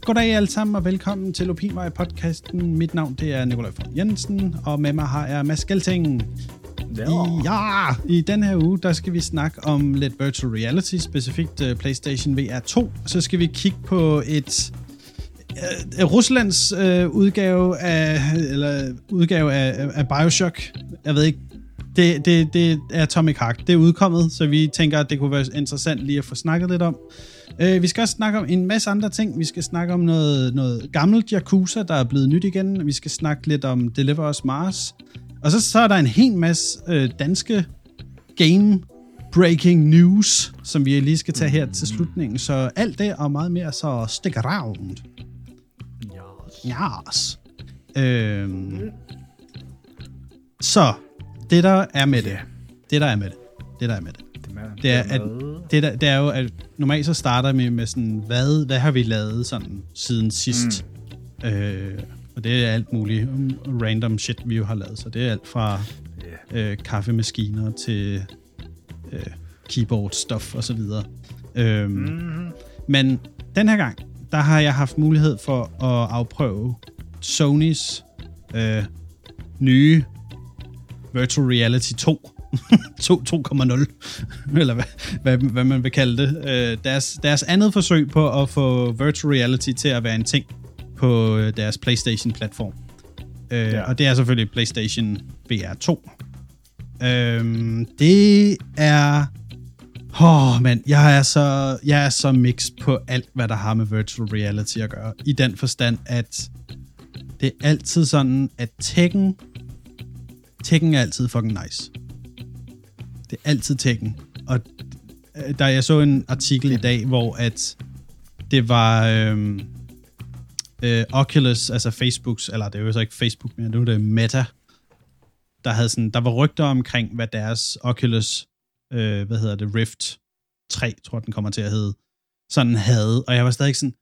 Goddag alle sammen, og velkommen til Opinvej-podcasten. Mit navn det er Nikolaj From Jensen, og med mig har jeg Mads Gelting. I den her uge, der skal vi snakke om lidt virtual reality, specifikt PlayStation VR 2. Så skal vi kigge på Ruslands udgave af BioShock. Jeg ved ikke, det er Atomic Heart. Det er udkommet, så vi tænker, at det kunne være interessant lige at få snakket lidt om. Vi skal også snakke om en masse andre ting. Vi skal snakke om noget gammelt Yakuza, der er blevet nyt igen. Vi skal snakke lidt om Deliver Us Mars. Og så er der en hel masse danske game-breaking news, som vi lige skal tage her til slutningen. Så alt det og meget mere, så stick around. Yes. Så, det der er med det. Det er jo, at normalt så starter vi med sådan, hvad har vi lavet sådan siden sidst? Og det er alt muligt random shit, vi jo har lavet. Så det er alt fra kaffemaskiner til keyboard stuff og så videre. Men den her gang, der har jeg haft mulighed for at afprøve Sonys nye Virtual Reality 2. 2.0 eller hvad man vil kalde det. Deres andet forsøg på at få virtual reality til at være en ting på deres PlayStation-platform. Og det er selvfølgelig PlayStation VR 2. Det er... jeg er så mixed på alt, hvad der har med virtual reality at gøre. I den forstand, at det er altid sådan, at Tekken er altid fucking nice. Det er altid Tekken. Og da jeg så en artikel i dag, hvor at det var Oculus, altså Facebooks, eller det er jo så ikke Facebook mere, nu er det Meta, der var rygter omkring, hvad deres Oculus, Rift 3, tror den kommer til at hedde, sådan havde. Og jeg var stadig sådan,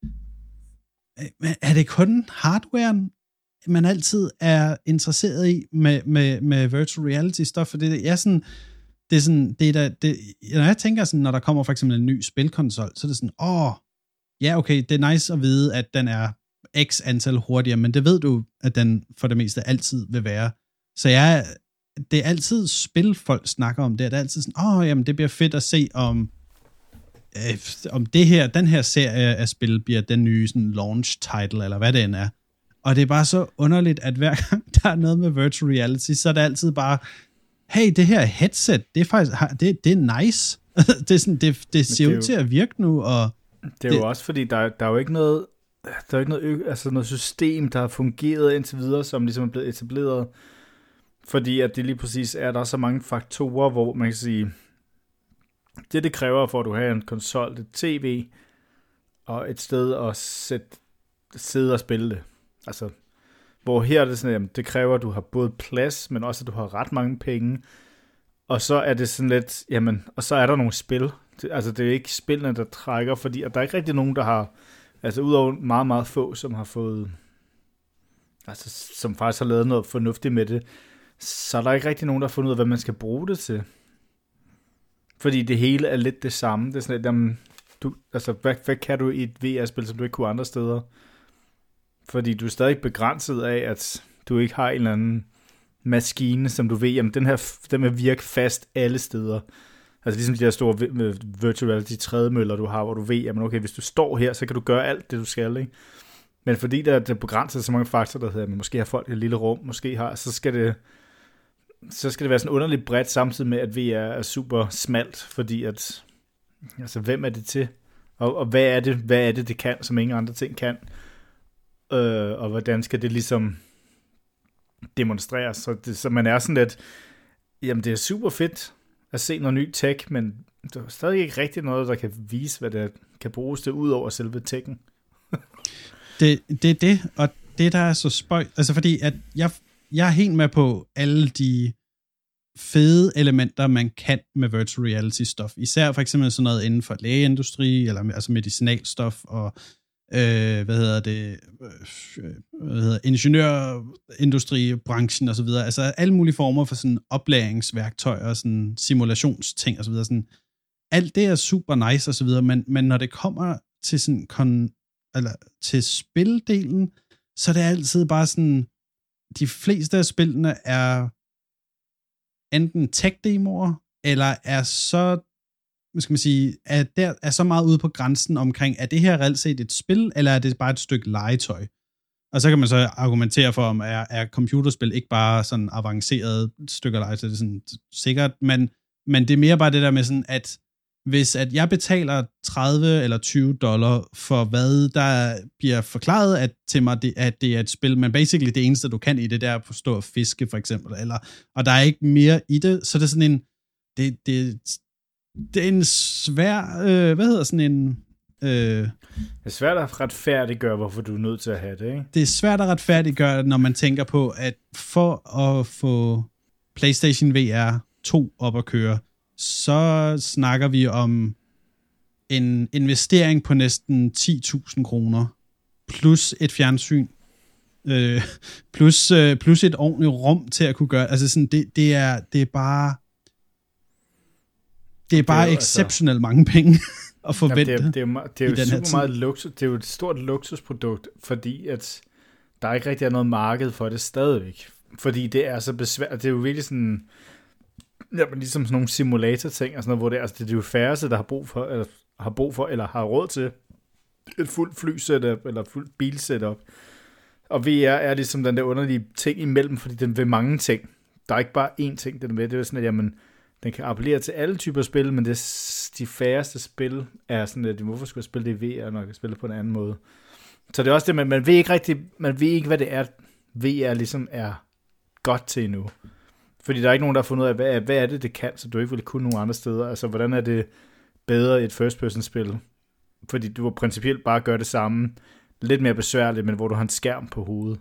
er det kun hardwaren, man altid er interesseret i med virtual reality stuff? For når jeg tænker sådan, når der kommer for eksempel en ny spilkonsol, så er det sådan, okay, det er nice at vide, at den er x antal hurtigere, men det ved du, at den for det meste altid vil være. Så det er altid spil, folk snakker om det. Det er altid sådan, jamen det bliver fedt at se, om den her serie af spil bliver den nye sådan launch title, eller hvad det end er. Og det er bare så underligt, at hver gang der er noget med virtual reality, så er det altid bare, hey, det her headset, det er faktisk, det er nice. Det er sådan, det ser ud til at virke nu, og det er jo også fordi, der er jo ikke noget, noget system, der har fungeret indtil videre, som ligesom er blevet etableret, fordi at det lige præcis er, der er så mange faktorer, hvor man kan sige, det kræver for, at du har en konsol, et tv, og et sted at sidde og spille det. Altså, hvor her er det sådan, jamen, det kræver, at du har både plads, men også, at du har ret mange penge. Og så er det sådan lidt, jamen, og så er der nogle spil. Det er ikke spillene, der trækker, fordi at der er ikke rigtig nogen, der har, altså udover meget, meget få, som har fået, altså som faktisk har lavet noget fornuftigt med det, så er der ikke rigtig nogen, der har fundet ud af, hvad man skal bruge det til. Fordi det hele er lidt det samme. Det er sådan lidt, jamen, hvad kan du i et VR-spil, som du ikke kunne andre steder? Fordi du er stadig begrænset af, at du ikke har en eller anden maskine, som du ved, jamen den vil virke fast alle steder. Altså ligesom de der store virtual reality trædemøller, du har, hvor du ved, jamen okay, hvis du står her, så kan du gøre alt det, du skal, ikke? Men fordi der er begrænset så mange faktorer, der hedder, men måske har folk et lille rum, måske har, så skal det være sådan underligt bredt, samtidig med, at VR er super smalt, fordi at, altså hvem er det til? Og hvad er det kan, som ingen andre ting kan? Og hvordan skal det ligesom demonstreres? Så man er sådan lidt, jamen det er super fedt at se noget ny tech, men der er stadig ikke rigtig noget, der kan vise, hvad det kan bruges til, ud over selve techen. Det er det, og det der er så spøjt, altså fordi at jeg er helt med på alle de fede elementer, man kan med virtual reality stuff. Især for eksempel sådan noget inden for lægeindustri, eller altså medicinalstof, og ingeniørindustri, branchen og så videre. Altså alle mulige former for sådan oplæringsværktøjer og sådan simulationsting og så videre. Sådan, alt det er super nice og så videre, men når det kommer til sådan eller til spildelen, så det er altid bare sådan, de fleste af spillene er enten tech-demoer, eller er så, hvad skal man sige, er så meget ude på grænsen omkring, er det her reelt set et spil, eller er det bare et stykke legetøj? Og så kan man så argumentere for, om er computerspil ikke bare sådan avanceret stykker legetøj, det er sådan sikkert, men det er mere bare det der med sådan, at hvis at jeg betaler 30 eller 20 dollar for hvad der bliver forklaret til mig, at det er et spil, men basically det eneste, du kan i det, der er at forstå at fiske, for eksempel, og der er ikke mere i det, så det er sådan en, det er en svær, det er svært at retfærdiggøre, hvorfor du er nødt til at have det, ikke? Det er svært at retfærdiggøre, når man tænker på, at for at få PlayStation VR 2 op at køre, så snakker vi om en investering på næsten 10.000 kroner, plus et fjernsyn, plus et ordentligt rum til at kunne gøre, altså sådan, det er bare exceptionelt mange penge at forvente. Ja, det er jo super meget luksus, det er jo et stort luksusprodukt, fordi at der ikke rigtig er noget marked for det stadigvæk, fordi det er så besvært, det er jo virkelig sådan, ligesom sådan nogle simulator-ting, og sådan noget, hvor det er jo færreste, der har brug for, eller har råd til et fuldt fly-setup, eller fuldt bil-setup. Og VR er ligesom den der underlige ting imellem, fordi den vil mange ting. Der er ikke bare én ting, den vil. Det er sådan, at jamen, den kan appellere til alle typer spil, men de færreste spil er sådan, at hvorfor skulle jeg spille det i VR, når jeg kan spille det på en anden måde. Så det er også det, man ved ikke, hvad det er, VR ligesom er godt til endnu. Fordi der er ikke nogen, der har fundet ud af, hvad er det kan, så du ikke vil kunne nogle andre steder. Altså, hvordan er det bedre et first-person-spil? Fordi du vil principielt bare gøre det samme, lidt mere besværligt, men hvor du har en skærm på hovedet.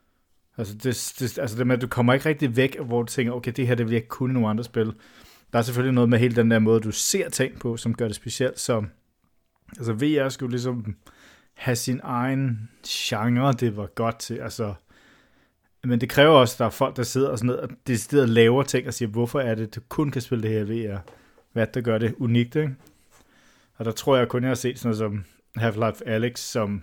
Altså, det med, at du kommer ikke rigtig væk, hvor du tænker, okay, det her, det vil jeg ikke kunne nogle andre spil. Der er selvfølgelig noget med hele den der måde, du ser ting på, som gør det specielt. Så altså, VR skulle ligesom have sin egen genre, det var godt til, altså. Men det kræver også, at der er folk, der sidder og sådan noget, og decideret laver ting og siger, hvorfor er det, du kun kan spille det her VR? Hvad der gør det unikt, ikke? Og der tror jeg kun, jeg har set sådan noget som Half-Life Alyx, som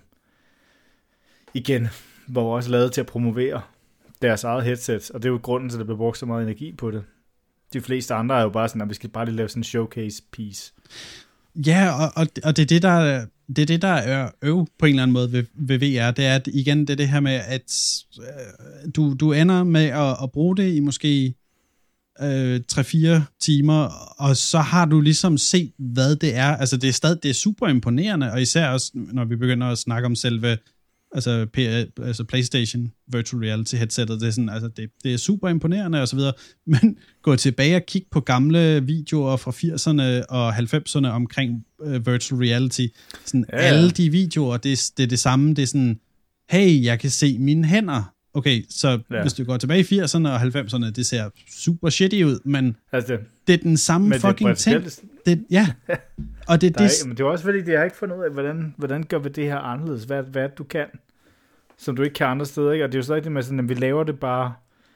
igen var også lavet til at promovere deres eget headset, og det er jo grunden til, at der bliver brugt så meget energi på det. De fleste andre er jo bare sådan, at vi skal bare lige lave sådan en showcase piece. Ja, og det er det, der er på en eller anden måde ved VR, det er at igen det her med, at du ender med at bruge det i måske 3-4 timer, og så har du ligesom set, hvad det er. Altså det er super imponerende, og især også, når vi begynder at snakke om selve altså PlayStation Virtual Reality headsetet, det er sådan, altså det er super imponerende og så videre, men gå tilbage og kig på gamle videoer fra 80'erne og 90'erne omkring Virtual Reality, sådan alle de videoer, det er det samme, det er sådan, hey, jeg kan se mine hænder. Okay, så hvis du går tilbage i 80'erne og 90'erne, det ser super shitty ud, men altså det er den samme fucking ting. Og det men det er også fordi, det har ikke fundet ud af, hvordan gør vi det her anderledes? Hvad du kan, som du ikke kan andre steder, ikke? Og det er jo stadig det med sådan, at vi laver det bare,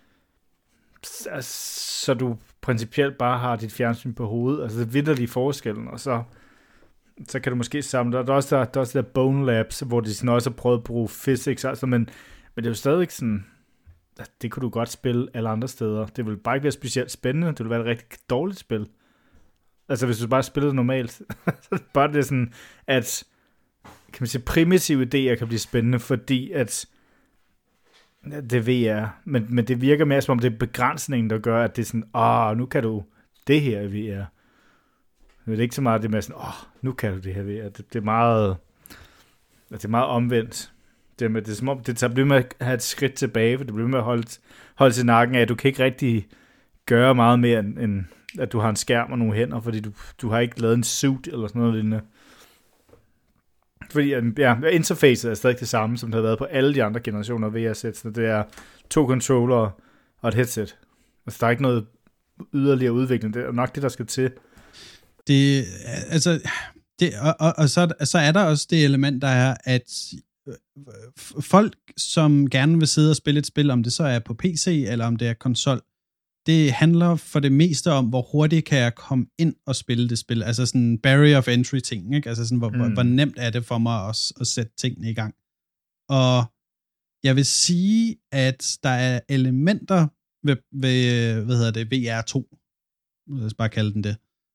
så du principielt bare har dit fjernsyn på hovedet, altså det vitterlige forskellen, og så kan du måske samle det. Der er også der Bone Labs, hvor de sådan også har prøvet at bruge physics, altså, men det er jo stadig sådan, det kunne du godt spille alle andre steder. Det vil bare ikke være specielt spændende, det vil være et rigtig dårligt spil. Altså hvis du bare spiller det normalt, så bare det er sådan, at kan man sige, primitive idéer kan blive spændende, fordi at det er VR, men det virker mere som om det er begrænsningen, der gør, at det er sådan, nu kan du det her i VR. Det er ikke så meget det med sådan, nu kan du det her VR. Det er meget omvendt. Det er som om, det bliver med at have et skridt tilbage, for det bliver med at holde til nakken af, at du kan ikke rigtig gøre meget mere, end at du har en skærm og nogle hænder, fordi du har ikke lavet en suit eller sådan noget lignende. Fordi interfacet er stadig det samme, som det har været på alle de andre generationer af VR-sæt. Det er 2 controller og et headset. Altså, der er ikke noget yderligere udvikling. Det er nok det, der skal til. Så er der også det element, der er, at folk, som gerne vil sidde og spille et spil, om det så er på PC, eller om det er konsol, det handler for det meste om, hvor hurtigt kan jeg komme ind og spille det spil. Altså sådan barrier of entry ting, ikke? Altså sådan, hvor nemt er det for mig at sætte tingene i gang. Og jeg vil sige, at der er elementer ved VR2, lad os bare kalde den det,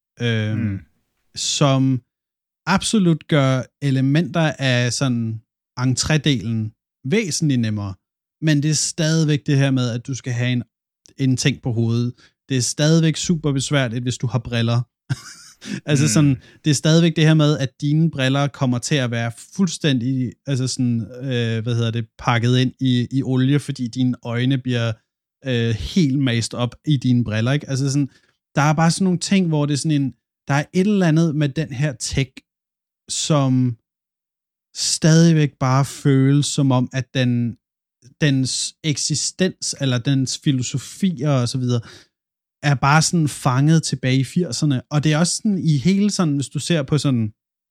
som absolut gør elementer af sådan entrédelen væsentligt nemmere. Men det er stadigvæk det her med, at du skal have en ting på hovedet. Det er stadigvæk super besværligt, hvis du har briller. Altså sådan, det er stadigvæk det her med, at dine briller kommer til at være fuldstændig, altså sådan, pakket ind i olie, fordi dine øjne bliver helt mast op i dine briller, ikke? Altså sådan, der er bare sådan nogle ting, hvor det er sådan der er et eller andet med den her tech, som stadigvæk bare føles som om, at dens eksistens, eller dens filosofier og så videre, er bare sådan fanget tilbage i 80'erne. Og det er også sådan i hele sådan, hvis du ser på sådan,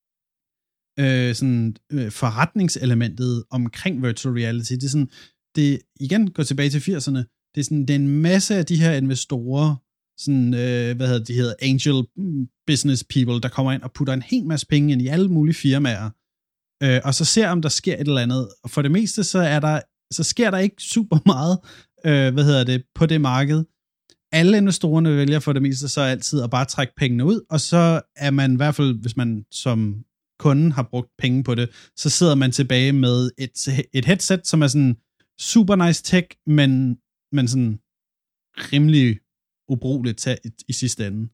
forretningselementet omkring virtual reality, det er sådan, det igen går tilbage til 80'erne, det er sådan, det er en masse af de her investorer, sådan, de hedder angel business people, der kommer ind og putter en hel masse penge ind i alle mulige firmaer, og så ser om der sker et eller andet. Og for det meste, så sker der ikke super meget, på det marked. Alle investorerne vælger for det meste så altid at bare trække pengene ud, og så er man i hvert fald, hvis man som kunden har brugt penge på det, så sidder man tilbage med et headset, som er sådan super nice tech, men sådan rimelig ubrugeligt i sidste ende.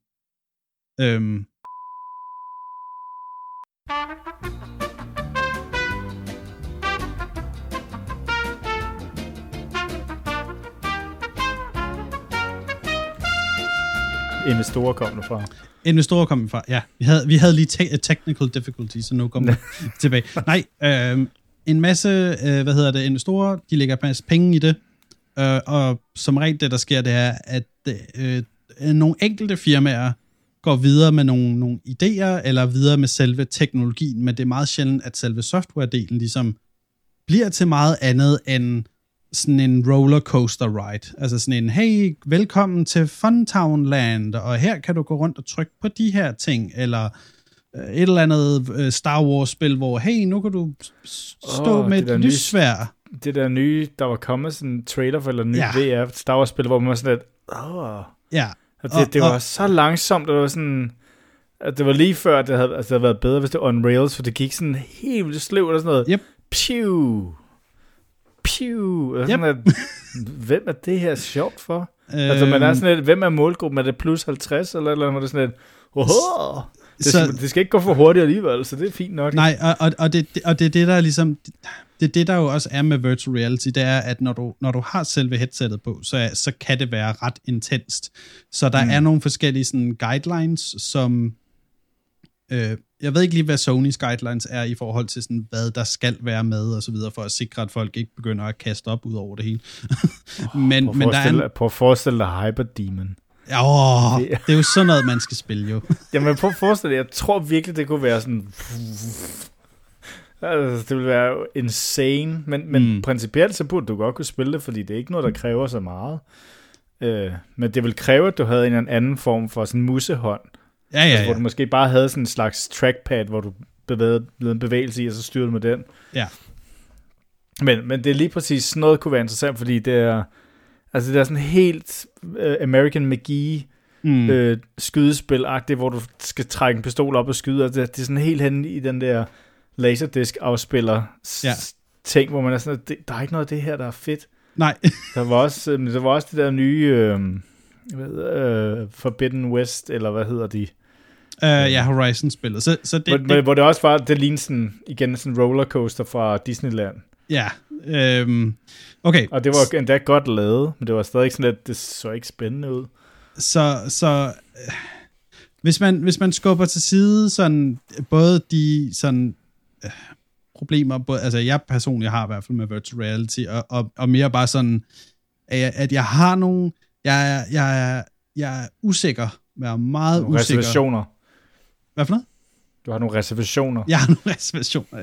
Investorer kom du fra. Investorer kom fra, ja. Vi havde lige technical difficulties, så nu kommer vi tilbage. Nej, en masse, investorer, de lægger en masse penge i det, og som regel det, der sker, det er, at nogle enkelte firmaer går videre med nogle idéer, eller videre med selve teknologien, men det er meget sjældent, at selve software-delen ligesom bliver til meget andet end sådan en rollercoaster ride. Altså sådan en, hey, velkommen til Funtown Land, og her kan du gå rundt og trykke på de her ting, eller et eller andet Star Wars-spil, hvor, hey, nu kan du stå med et lyssværd. Det der nye, der var kommet sådan en trailer for, eller en ny VR Star Wars-spil, hvor man var sådan lidt, ja. Det var så langsomt, og det var sådan, at det var lige før, at det havde været bedre, hvis det var on rails, for det gik sådan helt vildt sløvt, og sådan noget, Pew! Og sådan at, hvem er det her sjovt for? Altså man er sådan lidt, hvem er målgruppen? Er det plus 50, eller er det sådan lidt, det skal ikke gå for hurtigt alligevel, så det er fint nok. Nej, og det er det, der er ligesom, det er det, der jo også er med virtual reality, det er, at når du har selve headsettet på, så kan det være ret intenst. Så der er nogle forskellige sådan guidelines, som jeg ved ikke lige, hvad Sonys guidelines er i forhold til sådan, hvad der skal være med og så videre, for at sikre, at folk ikke begynder at kaste op ud over det hele. Prøv at forestille dig Hyperdemon. Det er jo sådan noget, man skal spille jo. Jamen prøv at forestille dig, jeg tror virkelig, det kunne være sådan, altså, det ville være insane, men principielt så burde du godt kunne spille det, fordi det er ikke noget, der kræver så meget. Men det vil kræve, at du havde en eller anden form for sådan musehånd, altså, hvor du måske bare havde sådan en slags trackpad, hvor du lavede en bevægelse i, og så styrede med den. Ja. Men det er lige præcis sådan noget, kunne være interessant, fordi det er, altså det er sådan helt American McGee skydespil-agtigt, hvor du skal trække en pistol op og skyde, og det er sådan helt henne i den der Laserdisc-afspiller ting, hvor man er sådan, der er ikke noget af det her, der er fedt. Nej. Der var også det der nye Forbidden West, eller hvad hedder de? Horizon-spillet. Så hvor det også var, det lignede sådan, igen sådan en rollercoaster fra Disneyland. Ja. Okay. Og det var endda godt lavet, men det var stadig sådan lidt, det så ikke spændende ud. Så hvis man skubber til side sådan, både de sådan problemer, altså jeg personligt har i hvert fald med virtual reality, og mere bare sådan, at jeg har nogle, jeg er usikker, jeg er meget nogle usikker. Reservationer. Hvad for noget? Du har nogle reservationer. Jeg har nogle reservationer,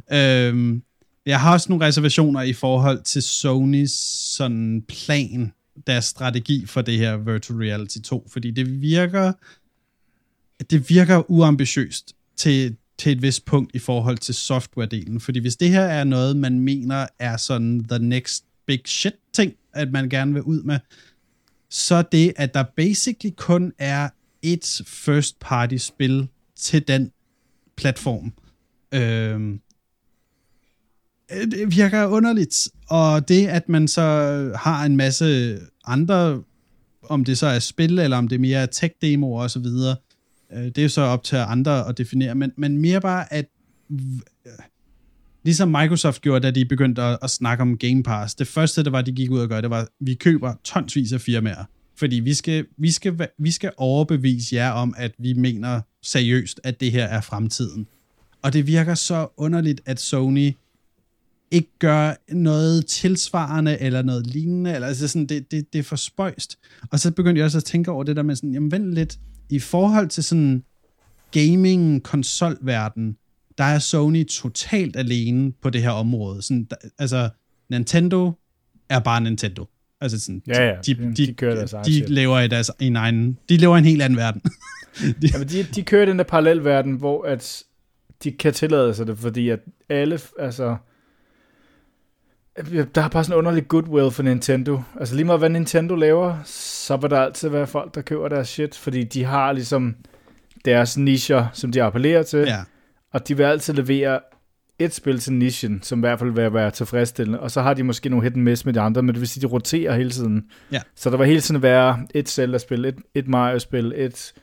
ja. Jeg har også nogle reservationer i forhold til Sonys sådan plan deres strategi for det her Virtual Reality 2, fordi det virker uambitiøst til et vist punkt i forhold til software-delen, fordi hvis det her er noget, man mener er sådan the next big shit ting, at man gerne vil ud med, så det, at der basically kun er et first-party-spil til den platform, det virker underligt. Og det, at man så har en masse andre, om det så er spil, eller om det er mere tech-demoer og så videre, det er jo så op til andre at definere, men mere bare, at ligesom Microsoft gjorde, da de begyndte at snakke om Game Pass, det første, det var, de gik ud og gøre, det var, vi køber tonsvis af firmaer, fordi vi skal overbevise jer om, at vi mener seriøst, at det her er fremtiden. Og det virker så underligt, at Sony ikke gør noget tilsvarende, eller noget lignende, eller altså sådan, det er for spøjst. Og så begyndte jeg også at tænke over det der med sådan, jamen vent lidt, i forhold til sådan gaming-konsolverden, der er Sony totalt alene på det her område. Sådan, altså, Nintendo er bare Nintendo. Altså sådan, de kører deres egen de lever i deres egen, de lever i en helt anden verden. de kører den der parallelverden, hvor at de kan tillade sig det, fordi at alle, altså, der er bare sådan en underlig goodwill for Nintendo. Altså lige meget hvad Nintendo laver, så vil der altid være folk, der køber deres shit, fordi de har ligesom deres nicher, som de appellerer til, og de vil altid levere et spil til nichen, som i hvert fald vil være tilfredsstillende, og så har de måske nogle hit and miss med de andre, men det vil sige, de roterer hele tiden. Ja. Så der vil hele tiden være et Zelda-spil, et Mario-spil, et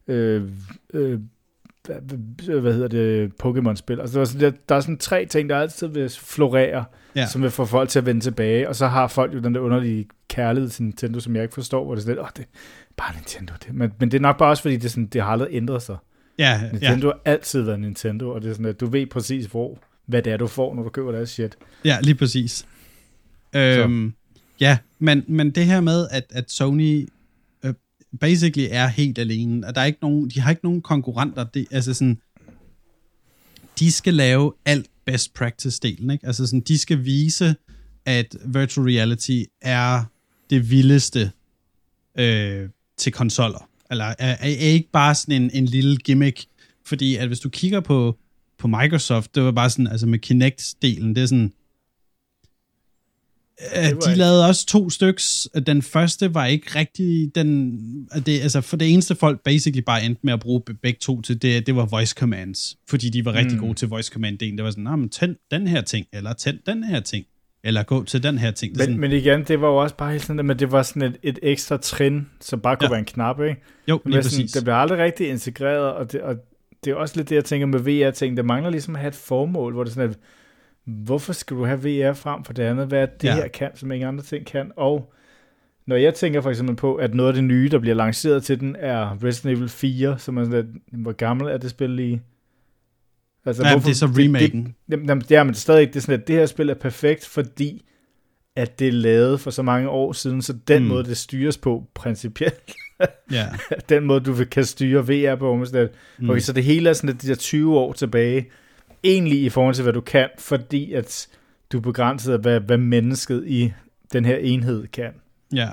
Pokémon-spil. Altså der er sådan 3 ting, der altid vil florere, som vil få folk til at vende tilbage, og så har folk jo den der underlige kærlighed til Nintendo, som jeg ikke forstår, hvor det er sådan lidt, det er bare Nintendo. Men det er nok bare også, fordi det har aldrig ændret sig. Nintendo har altid været Nintendo, og det er sådan, at du ved præcis, hvad det er, du får, når du køber deres shit. Ja, lige præcis. Ja, men det her med, at Sony basically er helt alene, og der er ikke nogen, de har ikke nogen konkurrenter. Det, altså sådan, de skal lave alt best practice-delen, ikke? Altså sådan, de skal vise, at virtual reality er det vildeste til konsoller. Eller er ikke bare sådan en lille gimmick, fordi at hvis du kigger på Microsoft, det var bare sådan, altså med Kinect-delen, det er sådan, de lavede også 2 styks. Den første var ikke rigtig altså for det eneste folk basically bare endte med at bruge begge 2 til, det var voice commands, fordi de var rigtig gode til voice command-delen. Det var sådan, men tænd den her ting, eller tænd den her ting, eller gå til den her ting. Men igen, det var jo også bare helt sådan, men det var sådan et ekstra trin, som bare kunne være en knap, ikke? Jo, lige præcis. Sådan, det bliver aldrig rigtig integreret, og det er også lidt det, jeg tænker med VR-ting. Det mangler ligesom at have et formål, hvor det er sådan, at hvorfor skal du have VR frem for det andet? Hvad er det her kan, som ingen andre ting kan? Og når jeg tænker for eksempel på, at noget af det nye, der bliver lanceret til den, er Resident Evil 4, som er sådan, hvor gammel er det spil lige? Altså, det er så remaken. Men stadig det er sådan, at det her spil er perfekt, fordi at det er lavet for så mange år siden, så den måde, det styres på, principielt, den måde, du kan styre VR på, okay, så det hele er sådan, at de der 20 år tilbage, egentlig i forhold til, hvad du kan, fordi at du er begrænset af, hvad mennesket i den her enhed kan. Ja.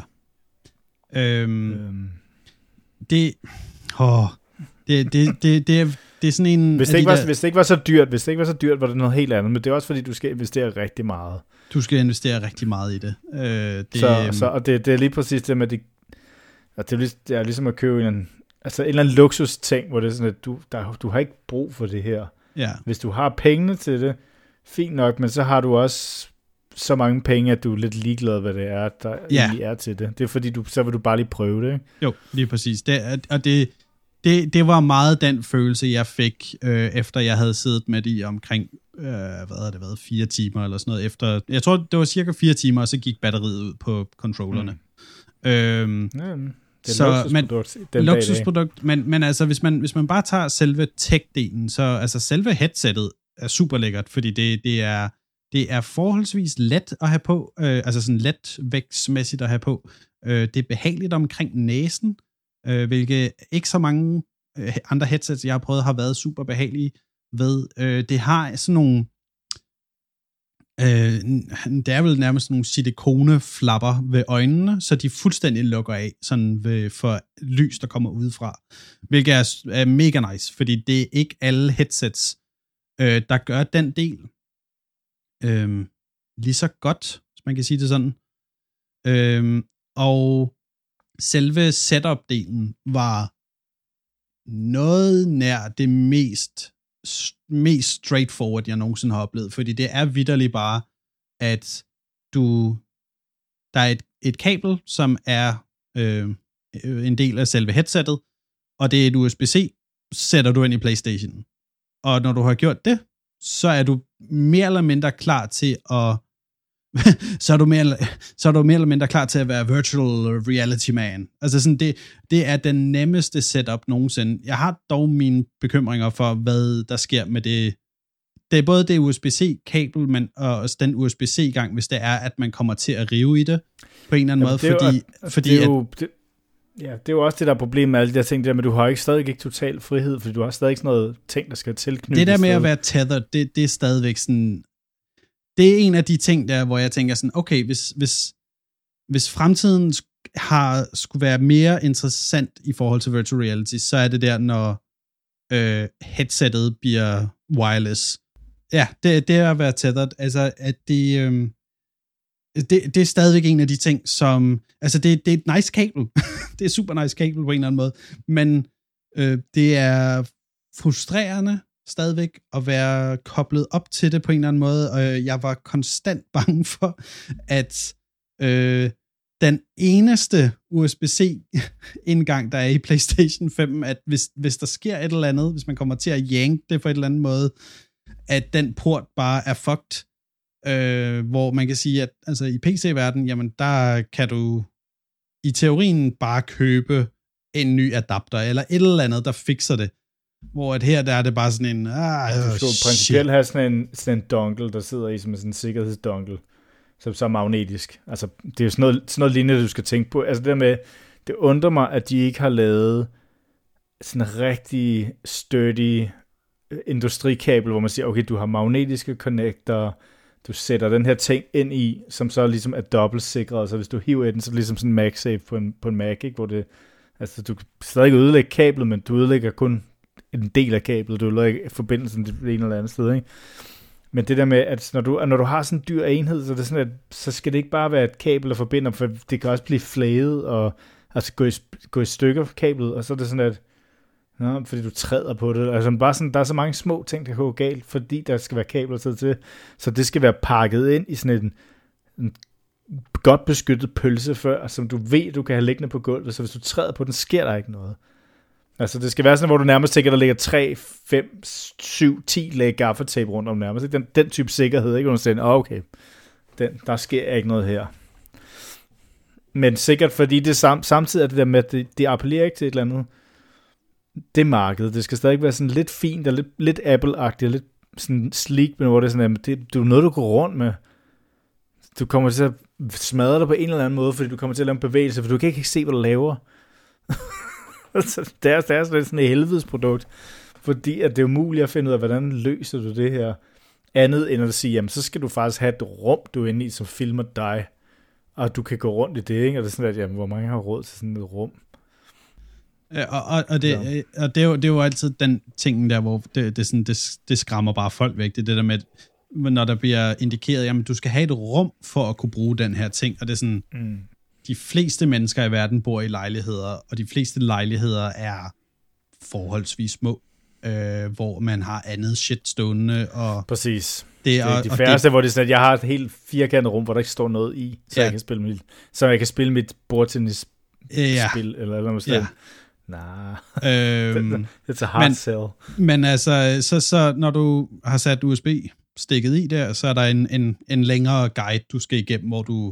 Det er sådan en... Hvis det ikke var så dyrt, var det noget helt andet, men det er også fordi, du skal investere rigtig meget. Du skal investere rigtig meget i det. Og det er lige præcis det med, det er ligesom at købe en eller anden luksus ting, hvor det er sådan, at du har ikke brug for det her. Ja. Hvis du har pengene til det, fint nok, men så har du også så mange penge, at du er lidt ligeglad, hvad det er, der egentlig er til det. Det er fordi, så vil du bare lige prøve det, ikke? Jo, lige præcis. Det var meget den følelse, jeg fik, efter jeg havde siddet med det i omkring, 4 timer eller sådan noget. Efter, jeg tror, det var cirka 4 timer, og så gik batteriet ud på controllerne. Det er luksusprodukt, men altså, hvis man bare tager selve tech-delen, så altså selve headsettet er super lækkert, fordi det er forholdsvis let at have på, altså sådan let vægtsmæssigt at have på. Det er behageligt omkring næsen, hvilket ikke så mange andre headsets, jeg har prøvet, har været super behagelige ved. Det har sådan nogle, Det er vel nærmest nogle silikoneflapper ved øjnene, så de fuldstændig lukker af sådan for lys, der kommer udefra. Hvilket er mega nice, fordi det er ikke alle headsets, der gør den del lige så godt, hvis man kan sige det sådan. Og selve setup-delen var noget nær det mest straightforward, jeg nogensinde har oplevet, fordi det er vitterligt bare, at der er et kabel, som er en del af selve headsettet, og det er et USB-C, sætter du ind i PlayStation. Og når du har gjort det, så er du mere eller mindre klar til at så er du mere eller mindre klar til at være virtual reality man. Altså sådan, det er den nemmeste setup nogensinde. Jeg har dog mine bekymringer for, hvad der sker med det. Det er både det USB-C-kabel, men også den USB-C-gang, hvis det er, at man kommer til at rive i det på en eller anden måde, det er jo også det, der er problemet med alle de der ting, der, men du har stadig ikke total frihed, fordi du har stadig ikke sådan noget ting, der skal tilknyttes. Det der med at være tethered, det er stadigvæk sådan. Det er en af de ting der, hvor jeg tænker sådan, okay, hvis fremtiden skulle være mere interessant i forhold til virtual reality, så er det der, når headsettet bliver wireless. Ja, det er at være tethered. Altså, at det er stadigvæk en af de ting, som, altså det er et nice kabel. Det er super nice kabel på en eller anden måde, men det er frustrerende stadigvæk at være koblet op til det på en eller anden måde, og jeg var konstant bange for, at den eneste USB-C-indgang, der er i PlayStation 5, at hvis der sker et eller andet, hvis man kommer til at yanke det på et eller andet måde, at den port bare er fucked, hvor man kan sige, at altså, i PC-verdenen, jamen der kan du i teorien bare købe en ny adapter, eller et eller andet, der fikser det. Hvor at her, der er det bare sådan en... du skulle principielt have sådan en dongle, der sidder i som sådan en sikkerhedsdongle, som så er magnetisk. Altså, det er jo sådan noget lignende, du skal tænke på. Altså det der med, det undrer mig, at de ikke har lavet sådan en rigtig sturdy industrikabel, hvor man siger, okay, du har magnetiske connector, du sætter den her ting ind i, som så ligesom er dobbeltsikret, så hvis du hiver i den, så er det ligesom sådan en MagSafe på en Mac, ikke? Hvor det, altså du kan stadig ødelægge kablet, men du ødelægger kun en del af kablet, du ødelægger forbindelsen til det ene eller andet sted, ikke? Men det der med, at når du har sådan en dyr enhed, så, er det sådan, at, så skal det ikke bare være et kabel, der forbinder, for det kan også blive flæget, og altså gå i stykker kablet, og så er det sådan, at fordi du træder på det. Altså bare sådan, der er så mange små ting, der kan gå galt, fordi der skal være kabler til. Så det skal være pakket ind i sådan en godt beskyttet pølse før, som du ved, du kan have liggende på gulvet, så hvis du træder på den, sker der ikke noget. Altså det skal være sådan, hvor du nærmest tænker, der ligger 3, 5, 7, 10 lag gaffatape rundt om nærmest. Den type sikkerhed, ikke? Hvor du siger, okay, der sker ikke noget her. Men sikkert, fordi det samtidig er det der med, at det appellerer ikke til et eller andet. Det marked, det skal stadig være sådan lidt fint og lidt Apple-agtigt, lidt sådan sleek, men hvor det er sådan, at det er noget, du går rundt med. Du kommer til at smadre dig på en eller anden måde, fordi du kommer til at lave en bevægelse, for du kan ikke se, hvad du laver. det er sådan et helvedesprodukt, fordi at det er umuligt at finde ud af, hvordan løser du det her, andet end at sige, jamen så skal du faktisk have et rum, du er inde i, som filmer dig, og du kan gå rundt i det, ikke? Og det er sådan, at jamen, hvor mange har råd til sådan et rum? Og det er jo altid den ting der, hvor det skræmmer bare folk væk. Det er det der med, når der bliver indikeret, jamen du skal have et rum for at kunne bruge den her ting, og det er sådan, de fleste mennesker i verden bor i lejligheder, og de fleste lejligheder er forholdsvis små, hvor man har andet shit stående. Og præcis. Det er de færreste, hvor det er sådan, at jeg har et helt firkantet rum, hvor der ikke står noget i, så jeg kan spille mit bordtennisspil, eller noget sådan. Nej, it's a hard sell. Men altså, så når du har sat USB-stikket i der, så er der en længere guide, du skal igennem, hvor du...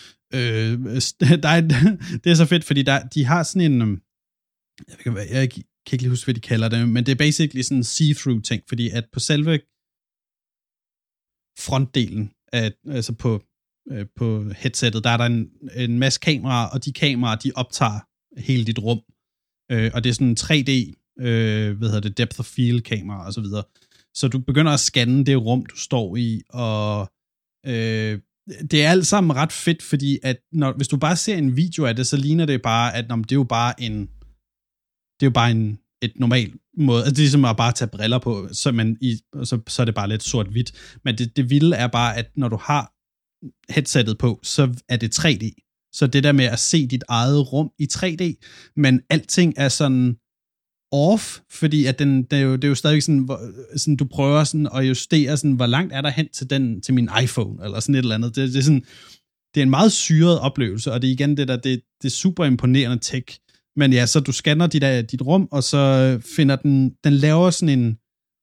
det er så fedt, fordi de har sådan en... Jeg kan ikke lige huske, hvad de kalder det, men det er basically sådan en see-through ting, fordi at på selve frontdelen, altså på headsettet, der er der en masse kameraer, og de kameraer, de optager hele dit rum. Og det er sådan en 3D, depth of field kamera og så videre. Så du begynder at scanne det rum, du står i, og Det er alt sammen ret fedt, fordi at hvis du bare ser en video af det, så ligner det bare, at det er jo bare et normalt måde, altså det er ligesom at bare tage briller på, så er det bare lidt sort-hvidt. Men det vilde er bare, at når du har headsettet på, så er det 3D. Så det der med at se dit eget rum i 3D, men alting er sådan off, fordi at det er jo stadig sådan, du prøver sådan at justere sådan, hvor langt er der hen til min iPhone, eller sådan et eller andet. Det er sådan, det er en meget syret oplevelse, og det er igen det der, det er super imponerende tech. Men ja, så du scanner dit rum, og så finder den laver sådan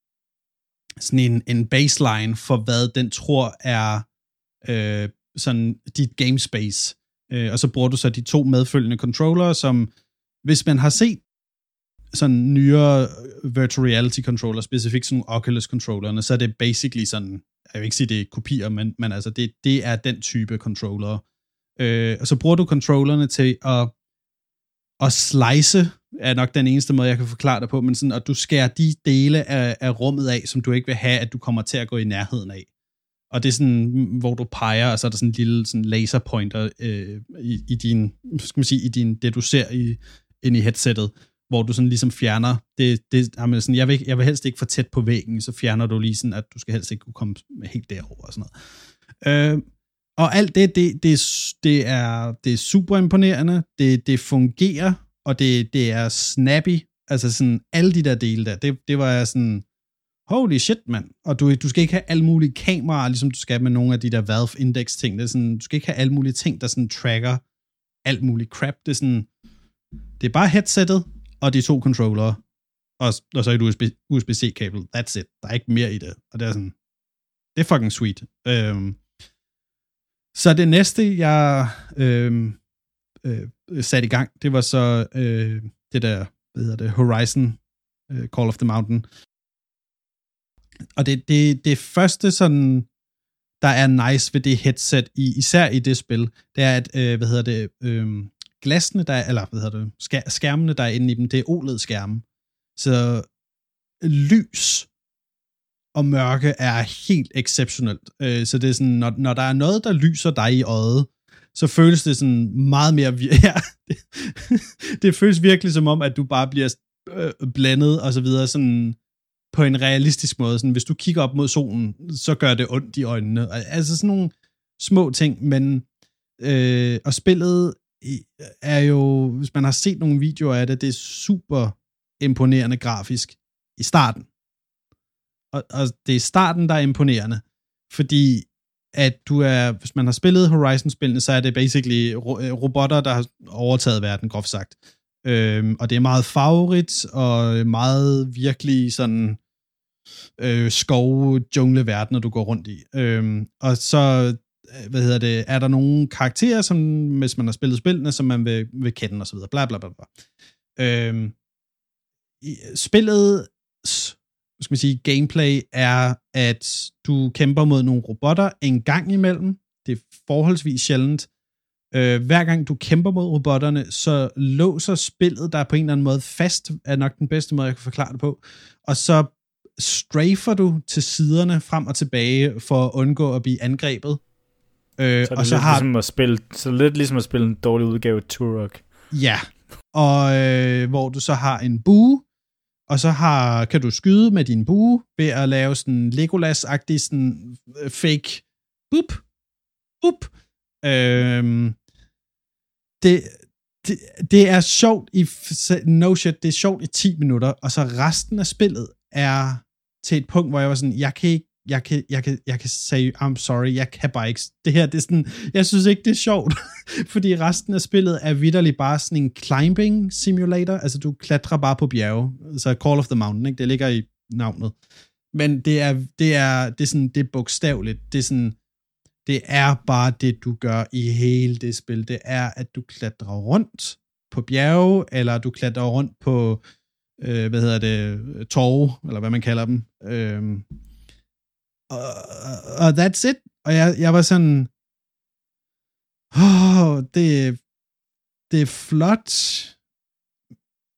en baseline for, hvad den tror er sådan dit game space. Og så bruger du så de 2 medfølgende controller, som hvis man har set sådan nyere virtual reality controller, specifikt sådan Oculus controllerne, så er det basically sådan, jeg vil ikke sige, det er kopier, men altså det er den type controller. Og så bruger du controllerne til at slice, er nok den eneste måde, jeg kan forklare det på, men sådan, at du skærer de dele af rummet af, som du ikke vil have, at du kommer til at gå i nærheden af. Og det er sådan, hvor du peger, og så er der sådan en lille sådan laser pointer i din, skal man sige, i din, det du ser ind i headsettet, hvor du sådan ligesom fjerner jamen sådan, jeg vil helst ikke for tæt på væggen, så fjerner du lige sådan, at du skal helst ikke kunne komme helt derover og sådan noget. Og alt det er super imponerende, det fungerer, og det er snappy, altså sådan alle de der dele der, det var sådan, holy shit, mand. Og du skal ikke have alle mulige kameraer, ligesom du skal med nogle af de der Valve Index ting. Det er sådan, du skal ikke have alle mulige ting, der sådan tracker alt muligt crap. Det er sådan, det er bare headsettet og de 2 controllere, og så et USB-C-kabel. That's it. Der er ikke mere i det. Og det er sådan, det er fucking sweet. Så det næste, jeg satte i gang, det var så det der, hvad hedder det, Horizon Call of the Mountain. Og det første sådan, der er nice ved det headset, især i det spil, det er, at, glassene, skærmene, der er inde i dem, det er OLED-skærme. Så lys og mørke er helt exceptionelt. Så det er sådan, når der er noget, der lyser dig i øjet, så føles det sådan meget mere... Ja, det føles virkelig som om, at du bare bliver blændet og så videre, sådan på en realistisk måde. Sådan, hvis du kigger op mod solen, så gør det ondt i øjnene. Altså sådan nogle små ting, men og spillet er jo, hvis man har set nogle videoer af det, det er super imponerende grafisk i starten. Og det er starten, der er imponerende, fordi at hvis man har spillet Horizon-spillene, så er det basically robotter, der har overtaget verden, groft sagt. Og det er meget farverigt, og meget virkelig sådan skov-jungle-verden, du går rundt i. Og så, er der nogle karakterer, som hvis man har spillet spillene, som man vil kende, og så videre. Bla, bla, bla, bla. Spillet, skal man sige, gameplay er, at du kæmper mod nogle robotter en gang imellem. Det er forholdsvis sjældent. Hver gang du kæmper mod robotterne, så låser spillet der på en eller anden måde fast, er nok den bedste måde, jeg kan forklare det på. Og så strafer du til siderne frem og tilbage for at undgå at blive angrebet. Så lidt ligesom at spille en dårlig udgave af Turok. Ja, og hvor du så har en bue, og så kan du skyde med din bue ved at lave sådan Legolas-agtig sådan fake boop, boop. Det er sjovt no shit, det er sjovt i 10 minutter, og så resten af spillet er til et punkt, hvor jeg var sådan, jeg kan sige, I'm sorry, jeg kan bare ikke, det her, det er sådan, jeg synes ikke, det er sjovt, fordi resten af spillet er vitterligt bare sådan en climbing simulator, altså du klatrer bare på bjerge, så Call of the Mountain, ikke? Det ligger i navnet, men det er sådan, det er bogstaveligt, det er sådan, det er bare det, du gør i hele det spil, det er, at du klatrer rundt på bjerge, eller du klatrer rundt på, torve, eller hvad man kalder dem, og that's it. Og jeg var sådan, det er flot,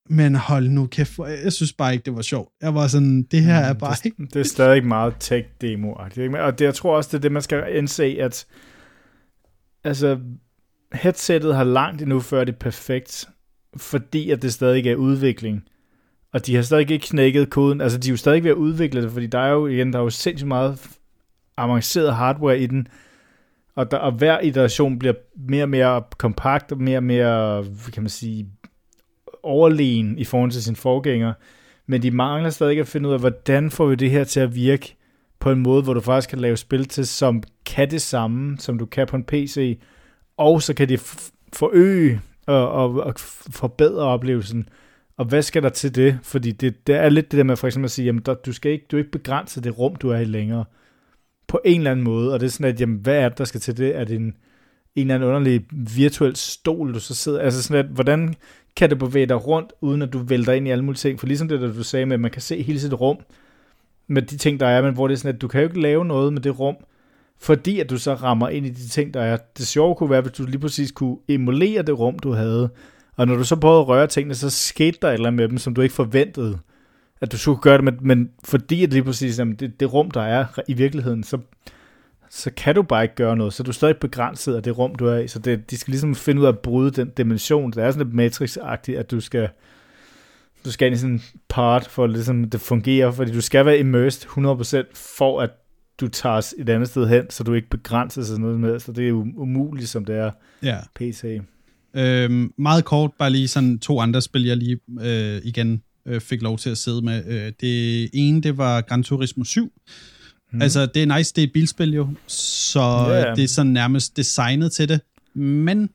Men hold nu kæft, jeg synes bare ikke, det var sjovt. Jeg var sådan, det her er bare ikke... Det er stadig meget tech-demo. Og det, jeg tror også, det er det, man skal indse, at altså, headsettet har langt endnu før det er perfekt, fordi at det stadig ikke er udvikling. Og de har stadig ikke knækket koden. Altså, de er jo stadig ved at udvikle det, fordi der er jo sindssygt meget avanceret hardware i den, og hver iteration bliver mere og mere kompakt, og mere og mere, kan man sige, overlegen i forhold til sin forgænger. Men de mangler stadig at finde ud af, hvordan får vi det her til at virke på en måde, hvor du faktisk kan lave spil til, som kan det samme, som du kan på en PC, og så kan det forøge og forbedre oplevelsen. Og hvad skal der til det? Fordi det er lidt det der med for eksempel at sige, jamen, du er ikke begrænset det rum, du er i længere. På en eller anden måde. Og det er sådan, at jamen, hvad er det, der skal til det? Er det en eller anden underlig virtuel stol, du så sidder? Altså sådan, at hvordan kan det bevæge dig rundt, uden at du vælter ind i alle mulige ting? For ligesom det, der du sagde med, at man kan se hele sit rum med de ting, der er, men hvor det er sådan, at du kan jo ikke lave noget med det rum, fordi at du så rammer ind i de ting, der er. Det sjove kunne være, hvis du lige præcis kunne emulere det rum, du havde. Og når du så prøvede at røre tingene, så skete der et eller andet med dem, som du ikke forventede, at du skulle gøre det. Men fordi at lige præcis jamen, det rum, der er i virkeligheden, så kan du bare ikke gøre noget. Så er du stadig begrænset af det rum, du er i. Så de skal ligesom finde ud af at bryde den dimension. Det er sådan lidt Matrix-agtigt, at du skal ind i sådan en part, for ligesom det fungerer. Fordi du skal være immersed 100% for at du tager et andet sted hen, så du ikke begrænser sig noget med. Så det er umuligt, som det er PC. Meget kort, bare lige sådan 2 andre spil, jeg lige igen fik lov til at sidde med. Det ene, det var Gran Turismo 7. Altså, det er nice, det er et bilspil jo, så det er sådan nærmest designet til det. Men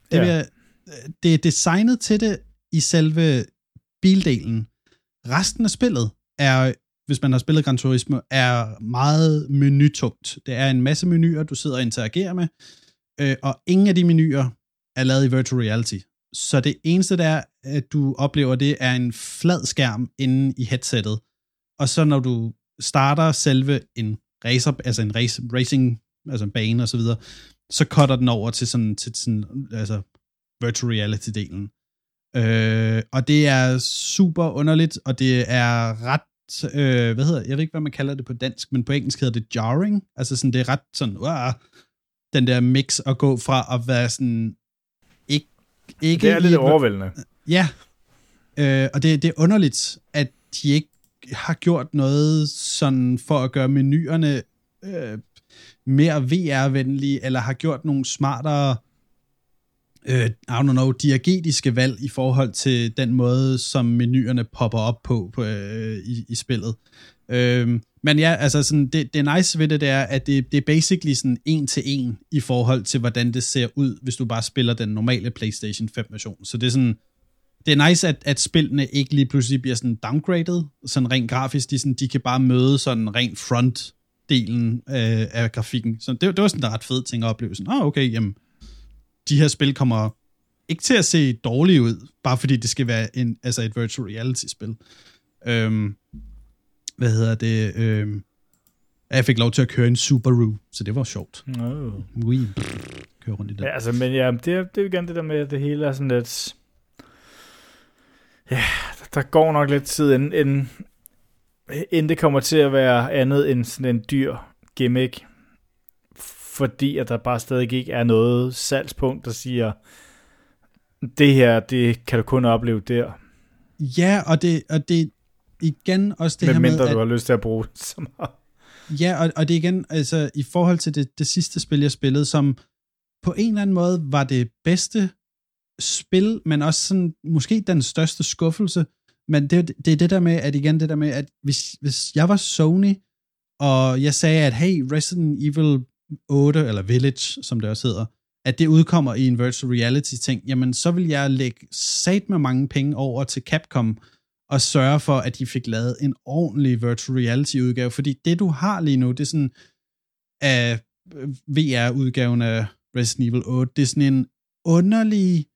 det er designet til det i selve bildelen. Resten af spillet er, hvis man har spillet Gran Turismo, er meget menutungt. Det er en masse menuer, du sidder og interagerer med, og ingen af de menuer er lavet i virtual reality. Så det eneste, der er, at du oplever, det er en flad skærm inde i headsettet. Og så når du starter selve en racer, altså en racing, altså en bane og så videre, så cutter den over til sådan altså virtual reality-delen. Og det er super underligt, og det er ret, jeg ved ikke, hvad man kalder det på dansk, men på engelsk hedder det jarring. Altså sådan, det er ret sådan, den der mix at gå fra at være sådan, ikke det er lidt overvældende. Ja, og det er underligt, at de ikke har gjort noget sådan for at gøre menuerne mere VR-venlige, eller har gjort nogle smartere diagetiske valg i forhold til den måde, som menuerne popper op på i spillet. Men ja, altså sådan, det nice ved det er, at det er basically sådan 1-til-1 i forhold til, hvordan det ser ud, hvis du bare spiller den normale PlayStation 5-version. Så det er sådan, det er nice, at spillene ikke lige pludselig bliver sådan downgraded, sådan rent grafisk. De kan bare møde sådan rent front-delen af grafikken. Så det var sådan en ret fed ting at opleve. Sådan, okay, jamen, de her spil kommer ikke til at se dårlige ud, bare fordi det skal være et virtual reality-spil. Jeg fik lov til at køre en Subaru, så det var sjovt. Køre rundt i den. Ja, altså, men ja, det er jo igen det der med, at det hele er sådan lidt... Ja, der går nok lidt tid, inden det kommer til at være andet end sådan en dyr gimmick, fordi at der bare stadig ikke er noget salgspunkt, der siger, det her, det kan du kun opleve der. Ja, og det igen også det her med... Mindre du har lyst til at bruge det så meget. Ja, og det igen, altså i forhold til det sidste spil, jeg spillede, som på en eller anden måde var det bedste spil, men også sådan, måske den største skuffelse, men det er det der med, at hvis jeg var Sony, og jeg sagde, at hey, Resident Evil 8, eller Village, som det også hedder, at det udkommer i en virtual reality ting, jamen så vil jeg lægge satme mange penge over til Capcom, og sørge for, at de fik lavet en ordentlig virtual reality udgave, fordi det du har lige nu, det er sådan, af VR-udgaven af Resident Evil 8, det er sådan en underlig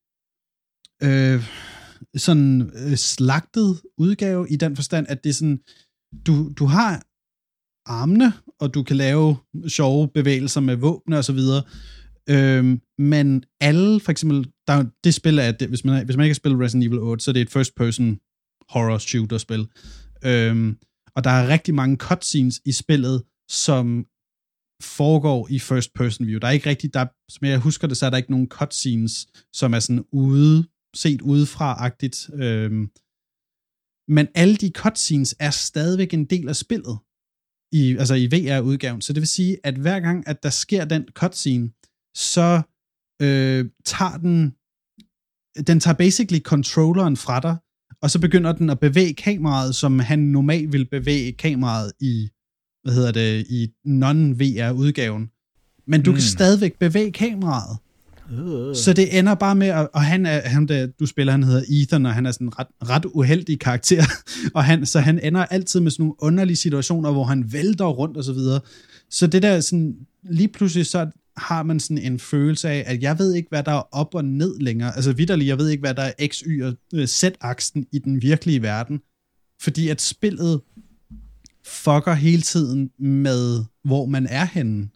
slagtet udgave i den forstand, at det er sådan, du har armene, og du kan lave sjove bevægelser med våben og så videre, Men alle, for eksempel, det spil er, hvis man ikke har spillet Resident Evil 8, så er det et first-person horror shooter-spil. Og der er rigtig mange cutscenes i spillet, som foregår i first-person view. Der er ikke rigtig, som jeg husker det, så er der ikke nogen cutscenes, som er sådan set udefra-agtigt. Men alle de cutscenes er stadigvæk en del af spillet, i VR-udgaven. Så det vil sige, at hver gang, at der sker den cutscene, så tager den tager basically controlleren fra dig, og så begynder den at bevæge kameraet, som han normalt vil bevæge kameraet i, i non-VR-udgaven. Men du kan stadigvæk bevæge kameraet. Så det ender bare med, og han der, du spiller, han hedder Ethan, og han er sådan en ret uheldig karakter, og så han ender altid med sådan nogle underlige situationer, hvor han vælter rundt og så videre. Så det der sådan, lige pludselig så har man sådan en følelse af, at jeg ved ikke, hvad der er op og ned længere. Altså vitterligt, jeg ved ikke, hvad der er X, Y og Z-aksen i den virkelige verden. Fordi at spillet fucker hele tiden med, hvor man er henne.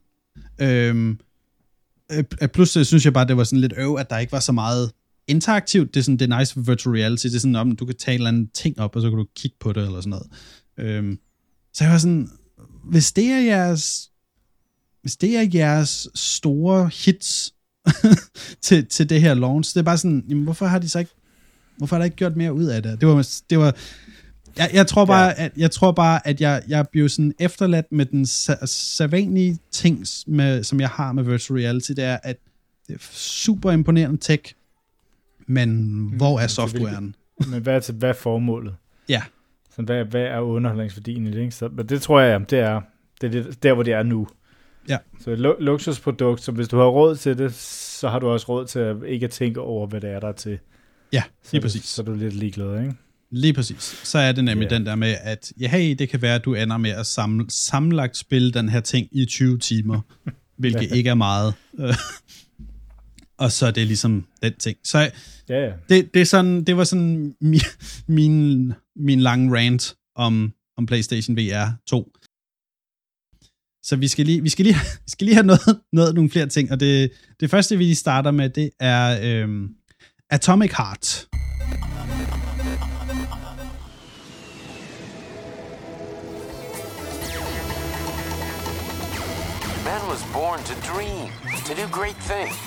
Pludselig synes jeg bare, det var sådan lidt at der ikke var så meget interaktivt. Det er nice for virtual reality. Det er sådan, om du kan tage en eller anden ting op, og så kan du kigge på det, eller sådan noget. Så jeg var sådan, hvis det er jeres store hits til det her launch, det er bare sådan, jamen, hvorfor har der ikke gjort mere ud af det? Det var jeg tror bare, at jeg bliver sådan efterladt med den sædvanlige ting, som jeg har med virtual reality, det er, at det er super imponerende tech, men hvor er softwaren? Men hvad er formålet? Ja. Så hvad er underholdningsværdien i det? Ikke? Så, men det tror jeg, det er der, hvor det er nu. Ja. Så et luksusprodukt, så hvis du har råd til det, så har du også råd til at ikke at tænke over, hvad det er der til. Ja, lige præcis. Så er du lidt ligeglad, ikke? Lige præcis. Så er det nemlig den der med, at det kan være, at du ender med at sammenlagt spille den her ting i 20 timer, hvilket ikke er meget. Og så er det ligesom den ting. Så det er sådan, det var sådan min lange rant om PlayStation VR 2. Så vi skal lige have nogle flere ting, og det første, vi lige starter med, det er Atomic Heart. Man was born to dream, to do great things.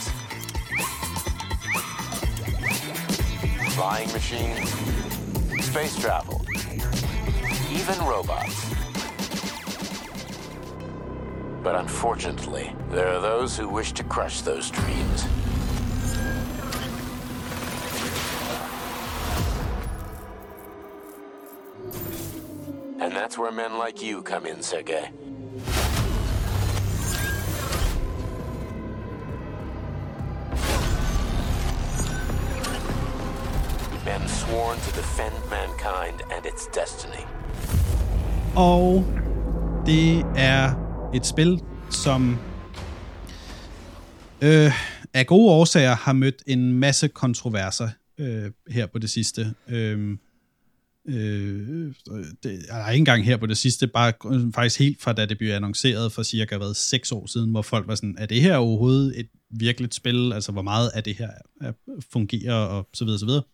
Flying machines, space travel, even robots. But unfortunately, there are those who wish to crush those dreams. And that's where men like you come in, Sergey. Men sworn to defend mankind and its destiny. Og det er et spil, som af gode årsager har mødt en masse kontroverser her på det sidste. Ikke engang her på det sidste, bare faktisk helt fra da det blev annonceret for cirka 6 år siden, hvor folk var sådan, er det her overhovedet et virkeligt spil? Altså, hvor meget af det her fungerer, og så videre, så videre.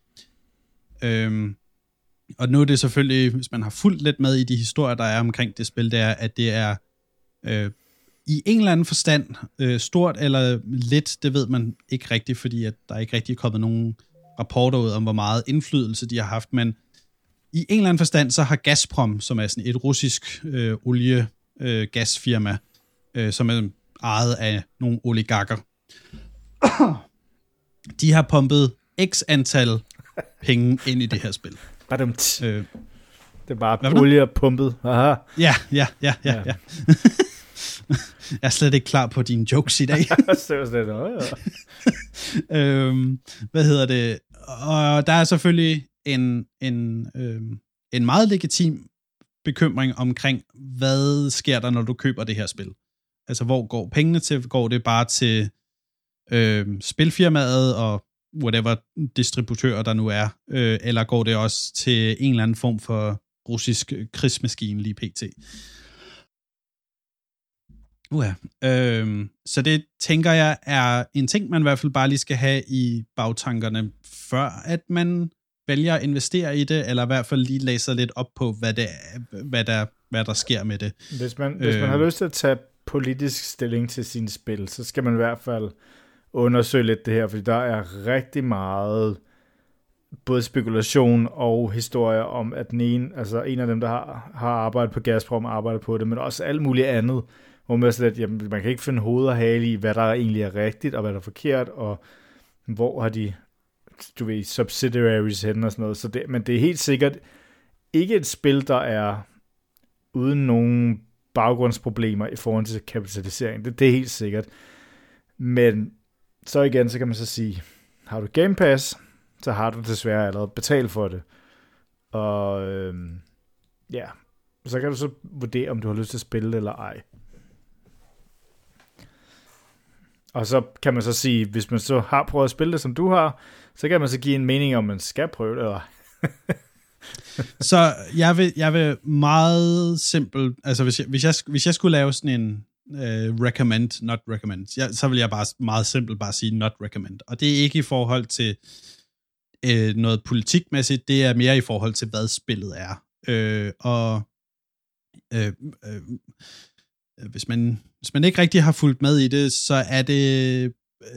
Og nu er det selvfølgelig, hvis man har fulgt lidt med i de historier, der er omkring det spil, det er, at det er i en eller anden forstand stort eller lidt, det ved man ikke rigtigt, fordi at der ikke rigtig er kommet nogen rapporter ud om, hvor meget indflydelse de har haft, men i en eller anden forstand, så har Gazprom, som er sådan et russisk olie-gasfirma, som er ejet af nogle oligarker, de har pumpet x antal penge ind i det her spil. Det er bare olie pumpet. Aha. Ja. Jeg er slet ikke klar på dine jokes i dag. Hvad hedder det? Og der er selvfølgelig en meget legitim bekymring omkring, hvad sker der, når du køber det her spil? Altså, hvor går pengene til? Går det bare til spilfirmaet og whatever distributør der nu er? Eller går det også til en eller anden form for russisk krigsmaskine lige pt? Så det tænker jeg er en ting, man i hvert fald bare lige skal have i bagtankerne, før at man vælger at investere i det, eller i hvert fald lige læser lidt op på, hvad der sker med det. Hvis man har lyst til at tage politisk stilling til sine spil, så skal man i hvert fald undersøge lidt det her, fordi der er rigtig meget både spekulation og historier om, at en af dem, der har arbejdet på Gazprom, arbejder på det, men også alt muligt andet, hvor man siger, at jamen, man kan ikke finde hoved og hale i, hvad der egentlig er rigtigt, og hvad der er forkert, og hvor har de, subsidiaries henne og sådan noget. Men det er helt sikkert ikke et spil, der er uden nogen baggrundsproblemer i forhold til kapitalisering. Det er helt sikkert. Men så igen, så kan man så sige, har du Game Pass, så har du desværre allerede betalt for det. Og så kan du så vurdere, om du har lyst til at spille det eller ej. Og så kan man så sige, hvis man så har prøvet at spille det, som du har, så kan man så give en mening om, man skal prøve det, eller Så jeg vil meget simpelt, altså hvis jeg skulle lave sådan en recommend, not recommend, så vil jeg bare meget simpelt bare sige not recommend. Og det er ikke i forhold til noget politikmæssigt, det er mere i forhold til, hvad spillet er. Hvis man ikke rigtig har fulgt med i det, så er det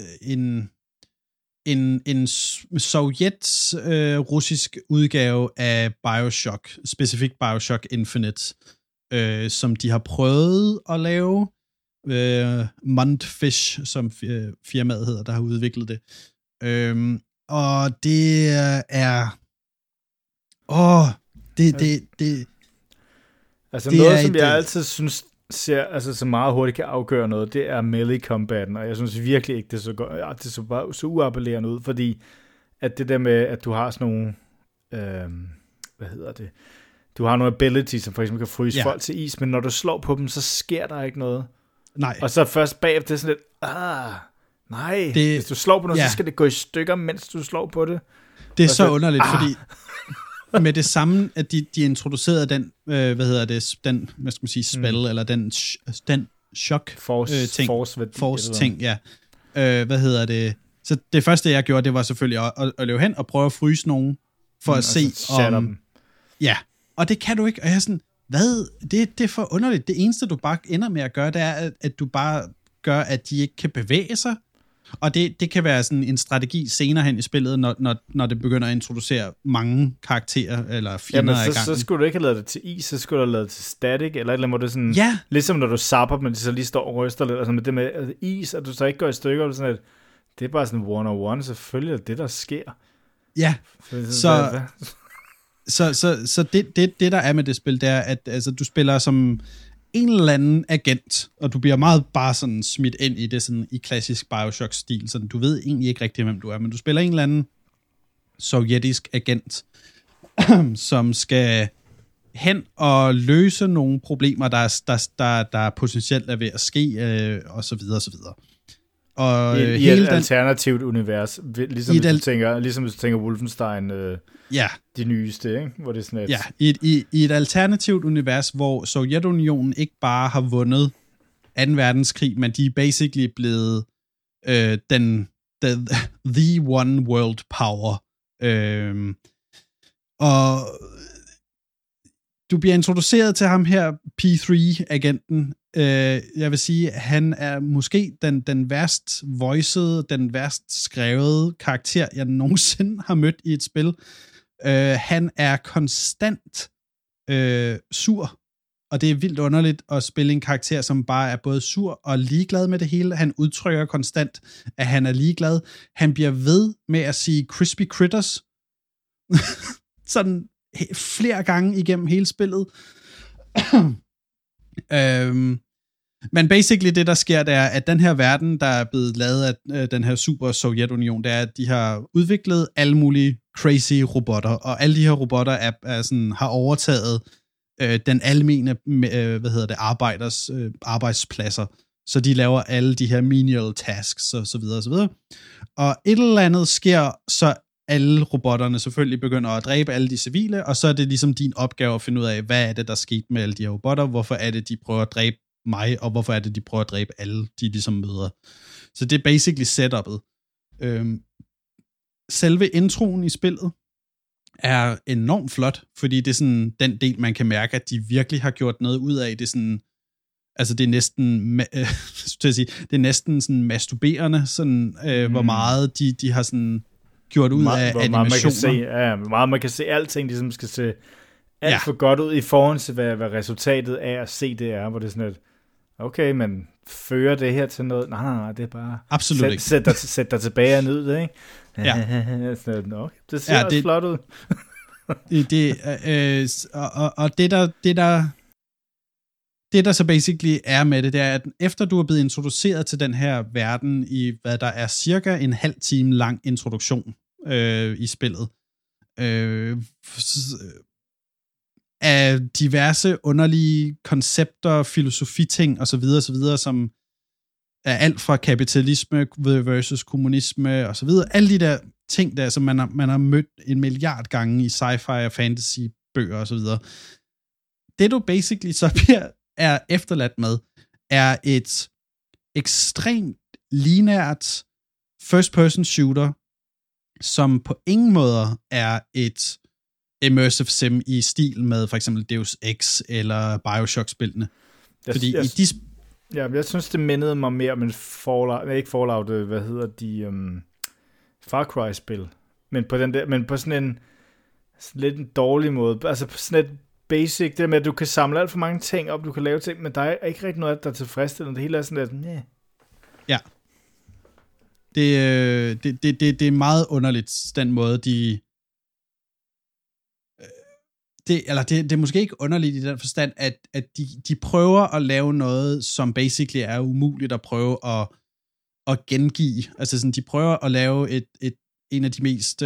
en sovjet-russisk udgave af BioShock, specifikt BioShock Infinite, som de har prøvet at lave. Mundfish, som firmaet hedder, der har udviklet det. Og det er... Altså det noget, som jeg altid synes ser, altså så meget hurtigt kan afgøre noget, det er melee combaten, og jeg synes virkelig ikke, det er så godt. Ja, det er så uappellerende ud, fordi at det der med, at du har sådan nogle, du har nogle abilities, som for eksempel kan fryse folk til is, men når du slår på dem, så sker der ikke noget. Nej. Og så først bagefter, det er sådan lidt, hvis du slår på noget, så skal det gå i stykker, mens du slår på det. Det er så underligt, fordi med det samme, at de introducerede den, den, hvad skal man sige, spell, eller den shock force ting, ja. Så det første, jeg gjorde, det var selvfølgelig at løbe hen og prøve at fryse nogen, for at se om... Dem. Ja, og det kan du ikke, og jeg er sådan, hvad? Det er for underligt. Det eneste, du bare ender med at gøre, det er, at du bare gør, at de ikke kan bevæge sig. Og det kan være sådan en strategi senere hen i spillet, når det begynder at introducere mange karakterer eller fjender i gangen. Så skulle du ikke have lavet det til is, så skulle du have lavet det til static, eller et eller andet, hvor det sådan, ligesom når du zapper, men de så lige står og ryster lidt, og sådan, med det med is, og du så ikke går i stykker, og sådan, det er bare sådan one-on-one, selvfølgelig er det, der sker. Ja, så det der er med det spil, det er, at altså, du spiller som en eller anden agent, og du bliver meget bare sådan smidt ind i det sådan i klassisk BioShock-stil, så du ved egentlig ikke rigtig, hvem du er, men du spiller en eller anden sovjetisk agent, som skal hen og løse nogle problemer, der potentielt er ved at ske, og så videre, og så videre. Og I et alternativt univers, ligesom hvis du tænker Wolfenstein, de nyeste, ikke? Hvor det er sådan et... Ja, i et alternativt univers, hvor Sovjetunionen ikke bare har vundet 2. verdenskrig, men de er basically blevet the one world power. Og du bliver introduceret til ham her, P3-agenten. Jeg vil sige, han er måske den værst voicede, den værst skrevet karakter, jeg nogensinde har mødt i et spil. Han er konstant sur, og det er vildt underligt at spille en karakter, som bare er både sur og ligeglad med det hele. Han udtrykker konstant, at han er ligeglad. Han bliver ved med at sige crispy critters. Sådan flere gange igennem hele spillet. Men basically det, der sker, det er, at den her verden, der er blevet lavet af den her super Sovjetunion, det er, at de har udviklet alle mulige crazy robotter, og alle de her robotter er sådan, har overtaget den almene, arbejders arbejdspladser, så de laver alle de her menial tasks, og så videre, og så videre. Og et eller andet sker, så alle robotterne selvfølgelig begynder at dræbe alle de civile, og så er det ligesom din opgave at finde ud af, hvad er det, der skete med alle de her robotter, hvorfor er det, de prøver at dræbe mig, og hvorfor er det, de prøver at dræbe alle, de ligesom møder. Så det er basically setupet. Selve introen i spillet er enormt flot, fordi det er sådan den del, man kan mærke, at de virkelig har gjort noget ud af. Det er sådan, altså det er næsten, det er næsten sådan masturberende, sådan, hvor meget de har sådan gjort ud af animationer. Hvor meget man kan se alting, ligesom skal se alt for godt ud i forhold til, hvad resultatet af at se det er, hvor det er sådan et, okay, men fører det her til noget? Nej, det er bare... Absolut ikke. Sæt dig tilbage og nyd det, ikke? Ja. Sådan, okay, det ser også flot ud. Det der så basically er med det, det er, at efter du er blevet introduceret til den her verden i, hvad der er cirka en halv time lang introduktion i spillet, af diverse underlige koncepter, filosofiting osv., som er alt fra kapitalisme versus kommunisme osv., alle de der ting der, som man har mødt en milliard gange i sci-fi og fantasy bøger osv. Det du basically så er efterladt med, er et ekstremt lineært first-person shooter, som på ingen måder er et immersive sim i stil med for eksempel Deus Ex eller Bioshock-spillene. Fordi jeg synes, det mindede mig mere om en Fallout, Far Cry-spil. Men på sådan en lidt en dårlig måde. Altså på sådan et basic, det med, at du kan samle alt for mange ting op, du kan lave ting, men der er ikke rigtig noget, der er tilfredsstillende. Det hele er sådan lidt, Ja. Det er meget underligt, den måde, det er måske ikke underligt i den forstand, at de prøver at lave noget, som basically er umuligt at prøve at gengive. Altså sådan, de prøver at lave en af de mest,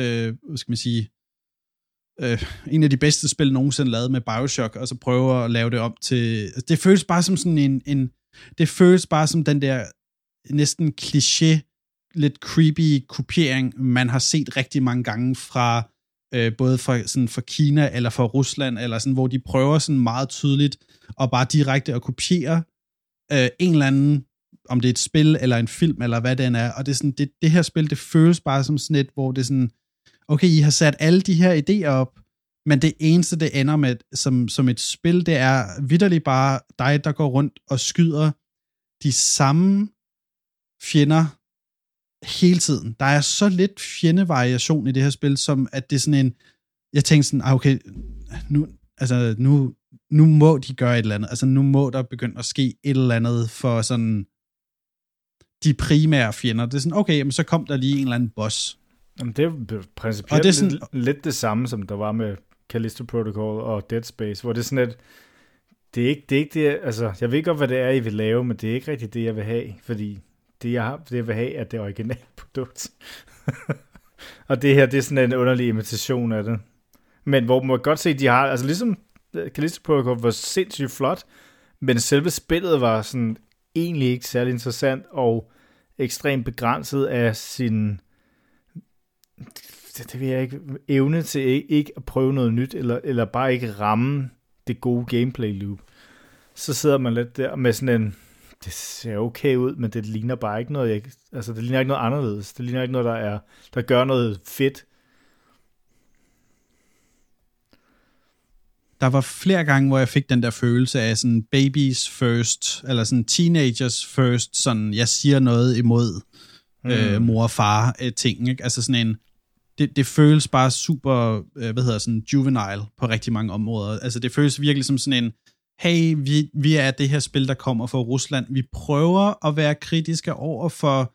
en af de bedste spil nogensinde lavet med Bioshock, og så prøver at lave det om til... Det føles bare som sådan det føles bare som den der næsten kliché, lidt creepy kopiering, man har set rigtig mange gange fra både fra Kina eller fra Rusland, eller sådan, hvor de prøver sådan meget tydeligt og bare direkte at kopiere en eller anden, om det er et spil eller en film eller hvad den er, og det er sådan, det her spil, det føles bare som sådan et, hvor det er sådan, okay, I har sat alle de her idéer op, men det eneste, det ender med som et spil, det er vitterligt bare dig, der går rundt og skyder de samme fjender hele tiden. Der er så lidt fjendevariation i det her spil, som at det er sådan en, jeg tænkte sådan, okay, nu må de gøre et eller andet, altså nu må der begynde at ske et eller andet for sådan de primære fjender. Det er sådan, okay, jamen, så kom der lige en eller anden boss. Jamen, det er principielt det er sådan, lidt det samme, som der var med Callisto Protocol og Dead Space, hvor det er sådan et, det er ikke det, altså, jeg ved godt, hvad det er, I vil lave, men det er ikke rigtigt det, jeg vil have, fordi det, jeg vil have, er det originale produkt. Og det her, det er sådan en underlig imitation af det. Men hvor man godt se, de har, altså ligesom Callisto Protocol var sindssygt flot, men selve spillet var sådan egentlig ikke særlig interessant, og ekstremt begrænset af sin, det vil jeg ikke, evne til ikke at prøve noget nyt, eller bare ikke ramme det gode gameplay loop. Så sidder man lidt der med sådan en, det ser okay ud, men det ligner bare ikke noget, det ligner ikke noget anderledes. Det ligner ikke noget, der gør noget fedt. Der var flere gange, hvor jeg fik den der følelse af sådan babies first, eller sådan teenagers first, sådan jeg siger noget imod mor og far ting, ikke? Altså sådan en, det føles bare super, sådan juvenile på rigtig mange områder. Altså det føles virkelig som sådan en, hey, vi er det her spil, der kommer fra Rusland. Vi prøver at være kritiske over for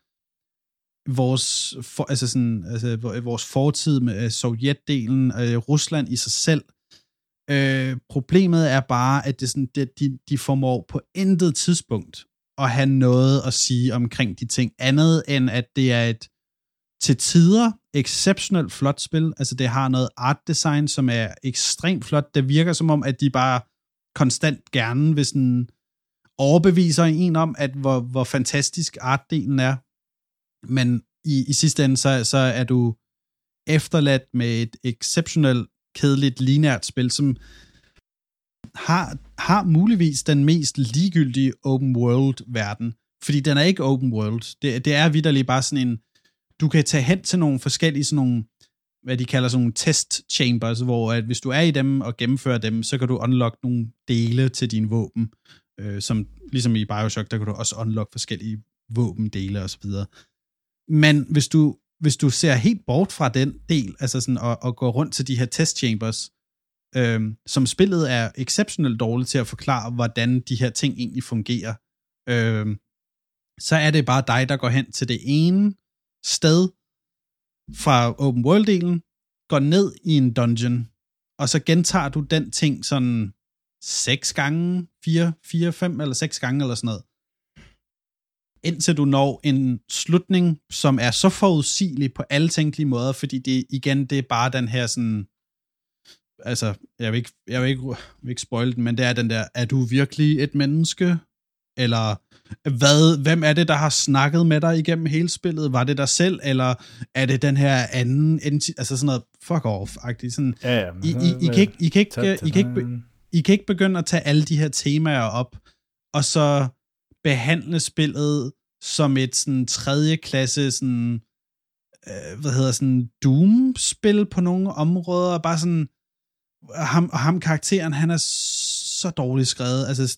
vores fortid med Sovjetdelen, Rusland i sig selv. Problemet er bare, at det sådan, de formår på intet tidspunkt at have noget at sige omkring de ting, andet end at det er et til tider exceptionelt flot spil. Altså det har noget art design, som er ekstremt flot. Det virker som om, at de bare konstant gerne vil sådan overbeviser en om, at hvor fantastisk artdelen er. Men i sidste ende, så er du efterladt med et exceptionelt kedeligt lineært spil, som har muligvis den mest ligegyldige open world-verden, fordi den er ikke open world. Det er vitterligt bare sådan en, du kan tage hen til nogle forskellige sådan nogle, hvad de kalder sådan nogle test chambers, hvor at hvis du er i dem og gennemfører dem, så kan du unlock nogle dele til dine våben, som ligesom i BioShock, der kan du også unlock forskellige våbendele og så videre. Men hvis du ser helt bort fra den del, altså sådan og går rundt til de her test chambers, som spillet er exceptionelt dårligt til at forklare, hvordan de her ting egentlig fungerer, så er det bare dig, der går hen til det ene sted fra open world-delen, går ned i en dungeon, og så gentager du den ting sådan 6 gange, 4, 5 eller 6 gange eller sådan noget, indtil du når en slutning, som er så forudsigelig på alle tænkelige måder, fordi det er bare den her sådan, altså, jeg vil ikke spoil den, men det er den der, er du virkelig et menneske? Eller hvem er det, der har snakket med dig igennem hele spillet? Var det dig selv, eller er det den her anden, altså sådan noget fuck off-agtigt, sådan, ja. I kan ikke begynde at tage alle de her temaer op, og så behandle spillet som et sådan tredje klasse sådan, sådan Doom-spil på nogle områder, bare sådan, ham karakteren, han er så dårligt skrevet, altså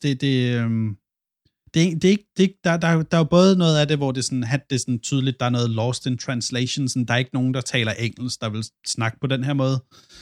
der er jo både noget af det, hvor det er sådan tydeligt, der er noget lost in translation, sådan, der er ikke nogen, der taler engelsk, der vil snakke på den her måde.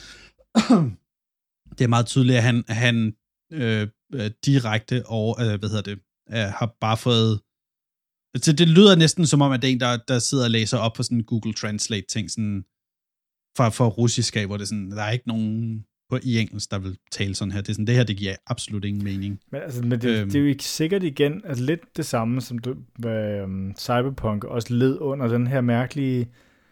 Det er meget tydeligt, at han direkte over, har bare fået, så det lyder næsten som om, at det er en, der sidder og læser op på sådan en Google Translate ting, sådan for russisk af, hvor det sådan, der er ikke nogen i engelsk, der vil tale sådan her. Det er sådan, det her, det giver absolut ingen mening. Men det er jo ikke sikkert igen, altså lidt det samme, som Cyberpunk også led under den her mærkelige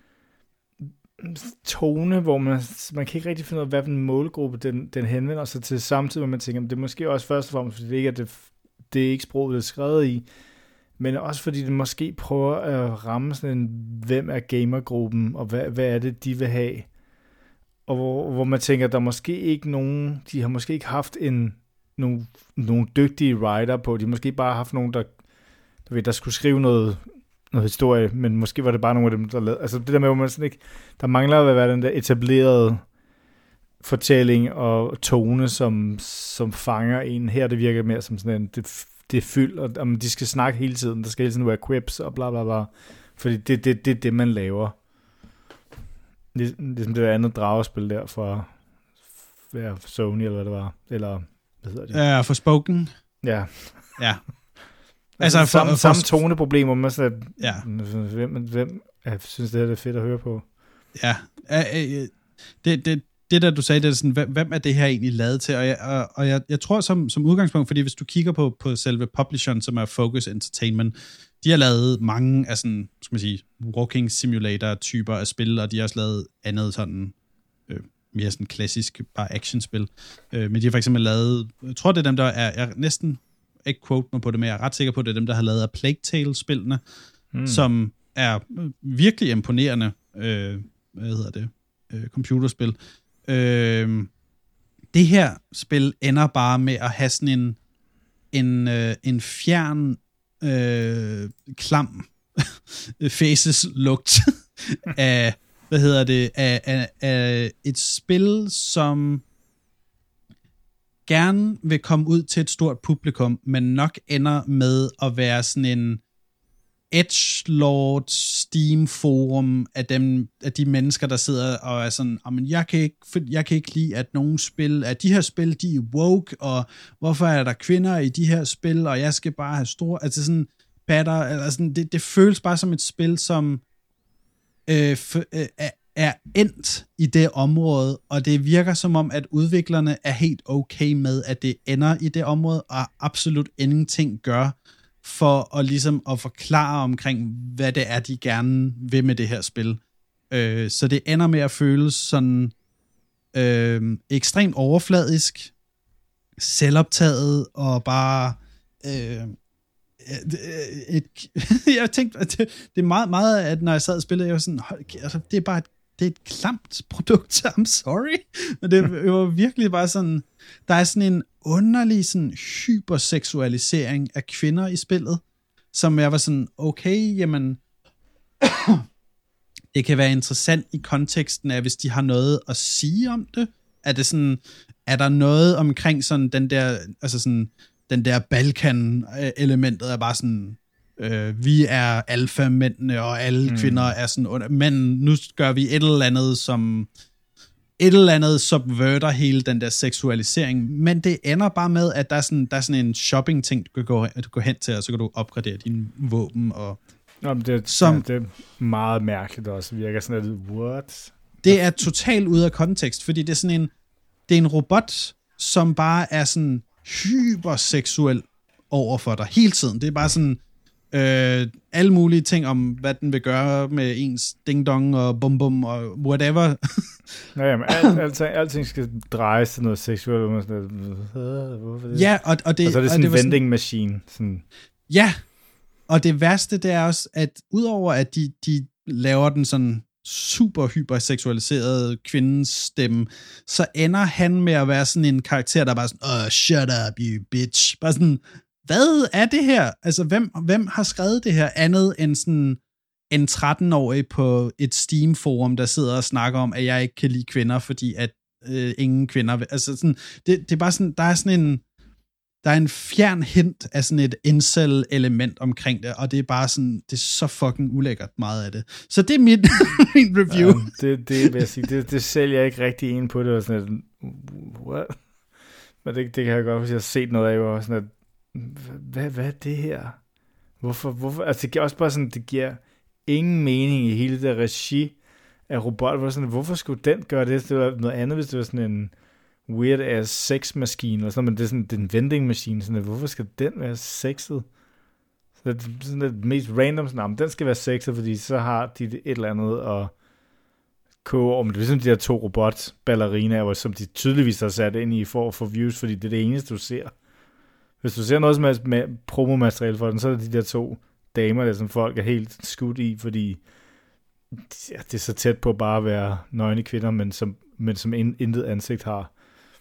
tone, hvor man kan ikke rigtig finde ud af, hvad for en målgruppe den henvender sig til, samtidig hvor man tænker, det er måske også først og fremmest, fordi det ikke er det er ikke sproget, det er skrevet i, men også fordi det måske prøver at ramme sådan en, hvem er gamergruppen, og hvad er det, de vil have. Og hvor man tænker, der er måske ikke nogen, de har måske ikke haft nogle dygtige writer på, de har måske bare haft nogen, der skulle skrive noget historie, men måske var det bare nogle af dem, der lavede, altså det der med, hvor man sådan ikke, der mangler at være den der etablerede fortælling og tone, som fanger en. Her det virker mere som sådan en, det er fyld, og de skal snakke hele tiden, der skal hele tiden være quips og bla bla bla, fordi det er det, man laver. Ligesom det der andet dragespil der fra Sony, eller hvad det var, eller hvad hedder det? Ja, for Spoken. Ja. Altså samme toneproblemer med sådan, ja. Hvem jeg synes det her er fedt at høre på. Ja. Det der du sagde, det er sådan, hvem er det her egentlig lavet til? Og jeg tror som udgangspunkt, fordi hvis du kigger på selve publisheren, som er Focus Entertainment, de har lavet mange af sådan, skal man sige, walking simulator typer af spil, og de har også lavet andet sådan mere sådan klassisk bare actionspil. Men de har for eksempel lavet, jeg tror det er dem der er næsten ikke quote mig på det, men jeg er ret sikker på, det er dem, der har lavet Plague Tale-spillene, som er virkelig imponerende, computerspil. Det her spil ender bare med at have sådan en fjern, klam faces-lugt af, af et spil, som gerne vil komme ud til et stort publikum, men nok ender med at være sådan en edgelord Steam forum af de mennesker, der sidder og er sådan, jeg kan ikke lide, at nogle spil, at de her spil, de er woke, og hvorfor er der kvinder i de her spil, og jeg skal bare have store, altså sådan batter, eller sådan, det føles bare som et spil, som er endt i det område, og det virker som om, at udviklerne er helt okay med, at det ender i det område, og absolut ingenting gør for at ligesom at forklare omkring, hvad det er, de gerne vil med det her spil. Så det ender med at føles sådan ekstremt overfladisk, selvoptaget, og bare jeg tænkte, at det er meget, at når jeg sad og spillede, jeg var sådan, altså, det det er et klamt produkt, I'm sorry. Men det var virkelig bare sådan, der er sådan en underlig sådan hyperseksualisering af kvinder i spillet, som jeg var sådan, okay, jamen, det kan være interessant i konteksten af, hvis de har noget at sige om det. Er der noget omkring sådan den der, altså sådan, den der Balkan-elementet er bare sådan, vi er alfa-mændene, og alle kvinder er sådan, men nu gør vi et eller andet subverter hele den der seksualisering, men det ender bare med, at der er sådan en shopping-ting, du kan gå hen til, og så kan du opgradere dine våben, og det er meget mærkeligt også, virker sådan lidt, what? Det er totalt ude af kontekst, fordi det er en robot, som bare er sådan hyperseksuel over for dig hele tiden. Det er bare sådan alle mulige ting om, hvad den vil gøre med ens ding-dong og bum-bum og whatever. Jamen, alting skal drejes til noget seksuelt. Ja, og så er det sådan en vending machine. Sådan. Ja, og det værste, det er også, at udover at de laver den sådan super hyperseksualiserede kvindens stemme, så ender han med at være sådan en karakter, der bare sådan, shut up, you bitch. Bare sådan, hvad er det her? Altså, hvem har skrevet det her andet end sådan en 13-årig på et Steam-forum, der sidder og snakker om, at jeg ikke kan lide kvinder, fordi at ingen kvinder vil. Altså, sådan, det er bare sådan, der er en fjern hint af sådan et incel-element omkring det, og det er bare sådan, det er så fucking ulækkert meget af det. Så det er min review. Ja, det vil jeg sige, det sælger jeg ikke rigtig ind på, det var sådan et, what? Men det kan jeg godt, hvis jeg har set noget af, og sådan et, hvad er det her? Hvorfor? Altså, det giver også bare sådan, det giver ingen mening i hele det regi af robot. Hvorfor skulle den gøre det? Det var noget andet, hvis det var sådan en weird-ass sex-maskine, eller sådan, men det er sådan en vending machine. Sådan, hvorfor skal den være sexet? Så det er sådan det mest random, sådan, den skal være sexet, fordi så har de et eller andet at koge over. Men det er ligesom de her 2 robot-ballerinaer, som de tydeligvis har sat ind i for at få views, fordi det er det eneste, du ser. Hvis du ser noget med promomateriale for den, så er det de der 2 damer, der som folk er helt skudt i, fordi det er så tæt på bare at være nøgne kvinder, men som intet ansigt har.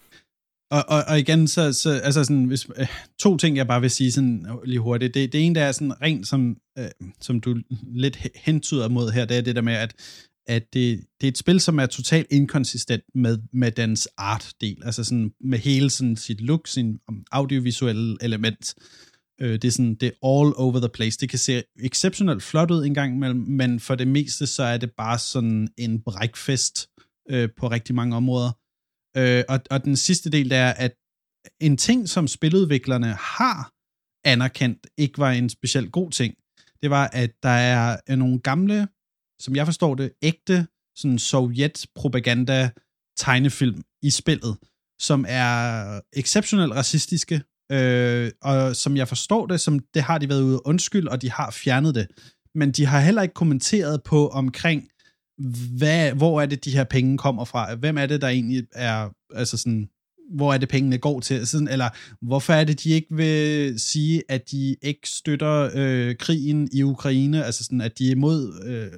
Og igen, så altså sådan, hvis, 2 ting, jeg bare vil sige sådan lige hurtigt. Det ene, der er sådan rent, som du lidt hentyder mod her, det er det der med, at det er et spil, som er totalt inkonsistent med dens art-del. Altså sådan med hele sådan sit look, sin audiovisuelle element. Det er sådan, det er all over the place. Det kan se exceptionelt flot ud en gang imellem, men for det meste, så er det bare sådan en brækfest på rigtig mange områder. Og den sidste del, der er, at en ting, som spiludviklerne har anerkendt, ikke var en specielt god ting, det var, at der er nogle gamle, som jeg forstår det, ægte sådan sovjet-propaganda tegnefilm i spillet, som er exceptionelt racistiske, og som jeg forstår det, som det har de været ude undskyld, og de har fjernet det. Men de har heller ikke kommenteret på omkring, hvor er det, de her penge kommer fra? Hvem er det, der egentlig er, altså sådan, hvor er det, pengene går til? Sådan, eller hvorfor er det, de ikke vil sige, at de ikke støtter krigen i Ukraine? Altså sådan, at de er imod,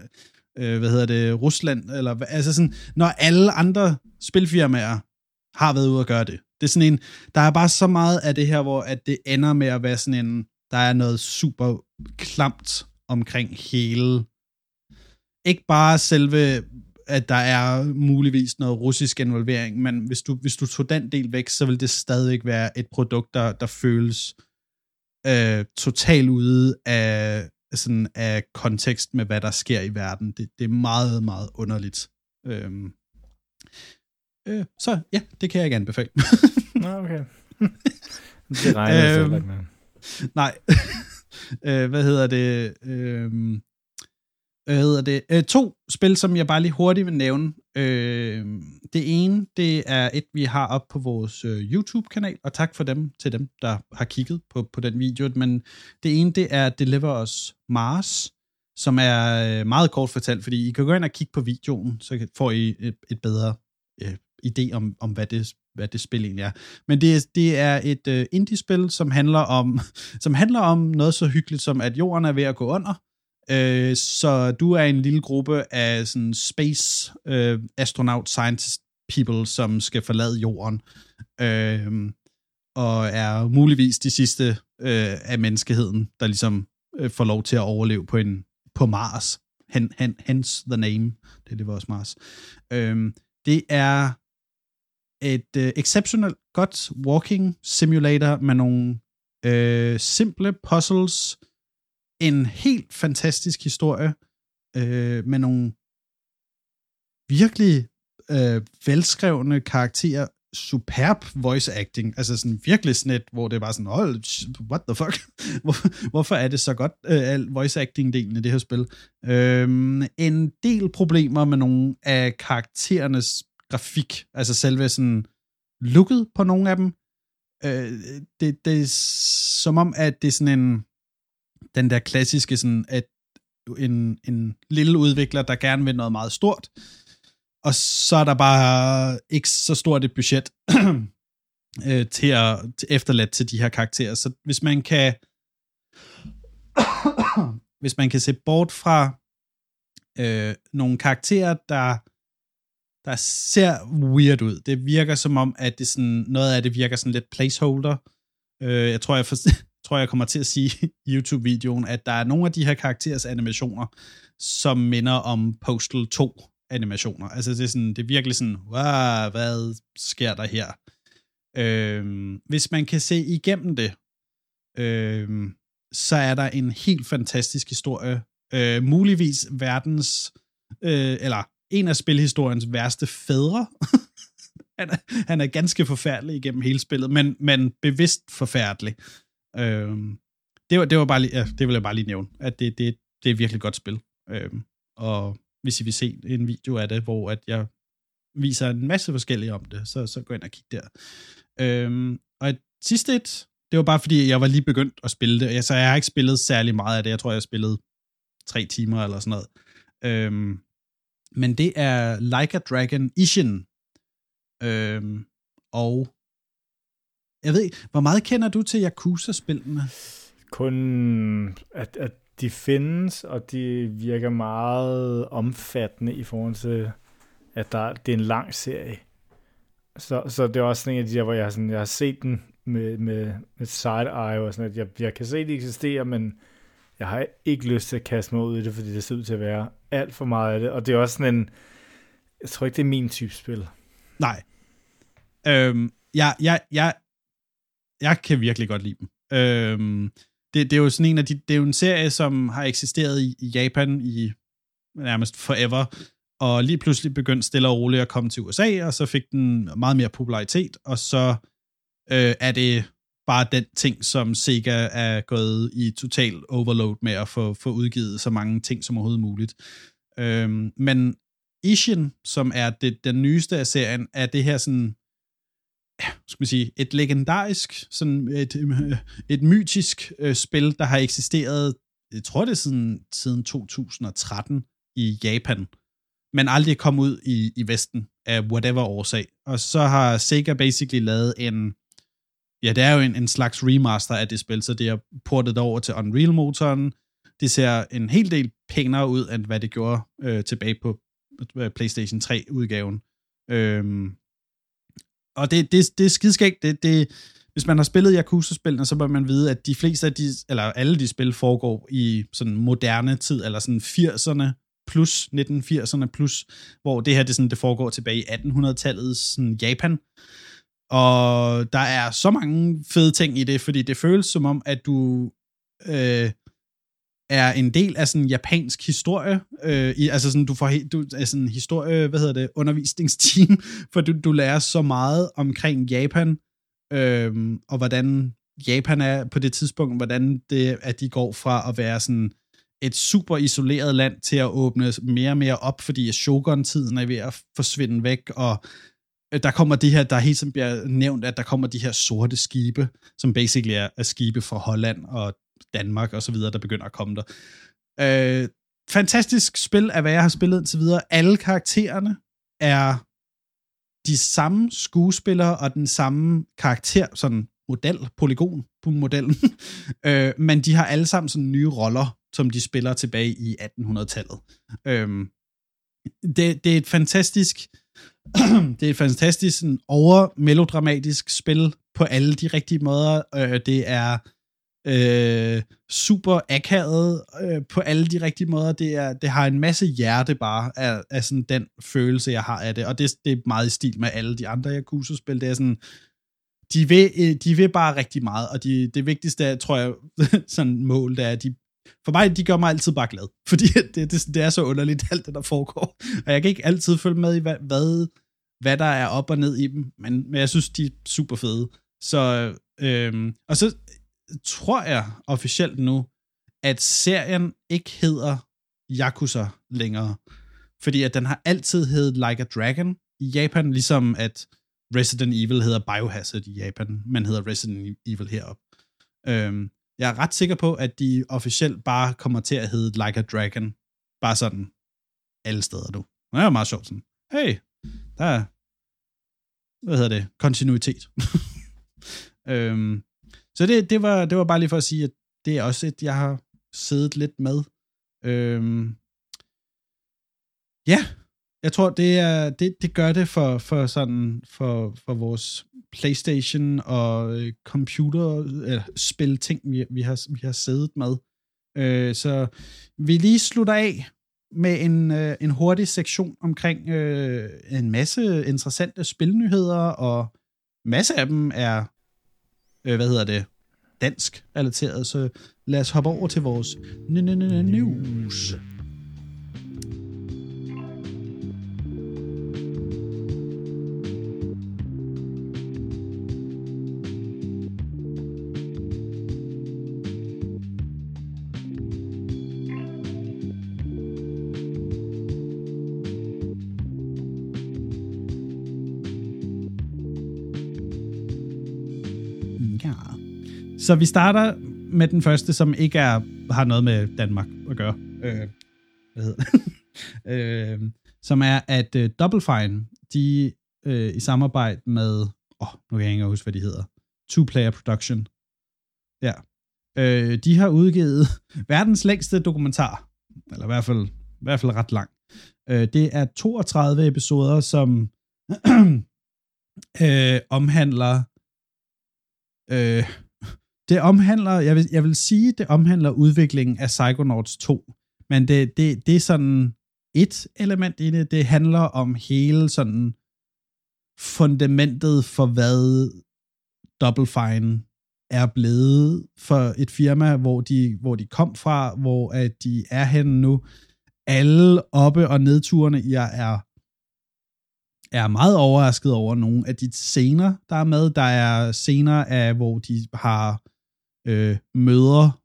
Rusland? Eller, altså sådan, når alle andre spilfirmaer har været ude at gøre det. Det er sådan en, der er bare så meget af det her, hvor at det ender med at være sådan en, der er noget super klamt omkring hele. Ikke bare selve, at der er muligvis noget russisk involvering, men hvis du tog den del væk, så vil det stadig være et produkt, der føles totalt ude af kontekst med, hvad der sker i verden. Det er meget, meget underligt. Så ja, det kan jeg ikke anbefale. Okay. Det regner jeg ikke med. Nej. To spil, som jeg bare lige hurtigt vil nævne. Det ene, det er et, vi har op på vores YouTube-kanal, og tak for til dem, der har kigget på den video. Men det ene, det er Deliver Us Mars, som er meget kort fortalt, fordi I kan gå ind og kigge på videoen, så får I et bedre idé om hvad det spil egentlig er. Men det er et indie-spil, som handler om noget så hyggeligt som, at jorden er ved at gå under, Så du er en lille gruppe af sådan space astronaut scientist people, som skal forlade jorden, og er muligvis de sidste af menneskeheden, der ligesom får lov til at overleve på Mars. Hence the name. Det var også Mars. Det er et exceptionelt godt walking simulator med nogle simple puzzles, en helt fantastisk historie med nogle virkelig velskrevne karakterer, superb voice acting, altså sådan virkelig sådan et, hvor det er bare sådan, what the fuck? Hvorfor er det så godt, al voice acting-delen i det her spil? En del problemer med nogle af karakterernes grafik, altså selve sådan looket på nogle af dem. Det er som om, at det er sådan den der klassiske sådan, at en lille udvikler, der gerne vil noget meget stort, og så er der bare ikke så stort et budget til efterladt til de her karakterer. Så hvis man kan se bort fra nogle karakterer, der ser weird ud. Det virker som om, at det sådan, noget af det virker sådan lidt placeholder. Jeg tror, jeg kommer til at sige i YouTube-videoen, at der er nogle af de her karakterers animationer, som minder om Postal 2 animationer. Altså det er, sådan, det er virkelig sådan, wow, hvad sker der her? Hvis man kan se igennem det, så er der en helt fantastisk historie. Muligvis verdens, eller en af spilhistoriens værste fædre. Han er ganske forfærdelig igennem hele spillet, men bevidst forfærdelig. Det var bare lige, ja, det vil jeg bare lige nævne, at det er et virkelig godt spil. Og hvis I vil se en video af det, hvor at jeg viser en masse forskellige om det, så gå ind og kig der. Og et sidste det var bare fordi, jeg var lige begyndt at spille det, så jeg har ikke spillet særlig meget af det. Jeg tror, jeg har spillet 3 timer eller sådan noget. Men det er Like a Dragon Ishin. Og jeg ved ikke, hvor meget kender du til Yakuza-spillene? Kun at de findes, og de virker meget omfattende i forhold til, at det er en lang serie. Så det er også sådan en af de der, hvor jeg har set den med side-eye, og sådan at jeg kan se, at de eksisterer, men jeg har ikke lyst til at kaste mig ud i det, fordi det ser ud til at være alt for meget af det. Og det er også sådan en, jeg tror ikke, det er min type spil. Nej. Jeg kan virkelig godt lide dem. Det er jo sådan en af det er jo en serie, som har eksisteret i Japan i nærmest forever, og lige pludselig begyndte stille og roligt at komme til USA, og så fik den meget mere popularitet, og så er det bare den ting, som Sega er gået i total overload med at få udgivet så mange ting som overhovedet muligt. Men Ishin, som er den nyeste af serien, er det her sådan, skal man sige, et legendarisk, sådan et mytisk spil, der har eksisteret, jeg tror det er siden 2013 i Japan, men aldrig kom ud i Vesten af whatever årsag. Og så har Sega basically lavet det er jo en slags remaster af det spil, så det er portet over til Unreal-motoren. Det ser en hel del pænere ud, end hvad det gjorde tilbage på PlayStation 3-udgaven. Og det er skidskægt. Hvis man har spillet Yakuza-spillene, så bør man vide, at de fleste af eller alle de spil foregår i sådan moderne tid, eller sådan 80'erne plus, 1980'erne plus, hvor det her det foregår tilbage i 1800-tallet, sådan Japan. Og der er så mange fede ting i det, fordi det føles som om, at du er en del af sådan japansk historie, altså sådan, du er sådan historie, undervisningsteam, for du lærer så meget omkring Japan, og hvordan Japan er på det tidspunkt, hvordan det, at de går fra at være sådan et super isoleret land til at åbne mere og mere op, fordi Shogun-tiden er ved at forsvinde væk, og der kommer de her, der helt som bliver nævnt, at der kommer de her sorte skibe, som basically er skibe fra Holland og Danmark og så videre, der begynder at komme der. Fantastisk spil af hvad jeg har spillet indtil videre. Alle karaktererne er de samme skuespillere og den samme karakter, sådan polygonmodellen. Men de har alle sammen sådan nye roller, som de spiller tilbage i 1800-tallet. Det er et fantastisk sådan overmelodramatisk spil på alle de rigtige måder. Det er super akavet på alle de rigtige måder. Det har en masse hjerte bare af sådan den følelse, jeg har af det. Og det er meget i stil med alle de andre Yakuza-spil. Det er sådan, de vil bare rigtig meget, og det vigtigste er, tror jeg, sådan mål, det er, at for mig, de gør mig altid bare glad, fordi det er så underligt, alt det, der foregår. Og jeg kan ikke altid følge med i, hvad der er op og ned i dem, men jeg synes, de er super fede. Så, og så tror jeg officielt nu, at serien ikke hedder Yakuza længere, fordi at den har altid heddet Like a Dragon i Japan, ligesom at Resident Evil hedder Biohazard i Japan, men hedder Resident Evil heroppe. Jeg er ret sikker på, at de officielt bare kommer til at hedde Like a Dragon, bare sådan alle steder nu. Det er jo meget sjovt sådan, hey, der er, kontinuitet. Så det var bare lige for at sige, at det er også et, jeg har siddet lidt med. Ja, jeg tror, det gør det for sådan, for vores PlayStation og computerspil ting, vi har siddet med. Så vi lige slutter af med en hurtig sektion omkring en masse interessante spilnyheder, og masse af dem er dansk relateret, så lad os hoppe over til vores news. Så vi starter med den første, som ikke har noget med Danmark at gøre. Som er, at Double Fine, de i samarbejde med, nu kan jeg ikke huske, hvad de hedder, Two Player Production. Ja. De har udgivet verdens længste dokumentar, eller i hvert fald ret lang. Det er 32 episoder, som omhandler jeg vil sige, det omhandler udviklingen af Psychonauts 2, men det er sådan et element i det. Det handler om hele sådan fundamentet for, hvad Double Fine er blevet for et firma, hvor de kom fra, hvor at de er henne nu. Alle oppe- og nedturene, jeg er meget overrasket over nogle af de scener, der er med. Der er scener af, hvor de har møder,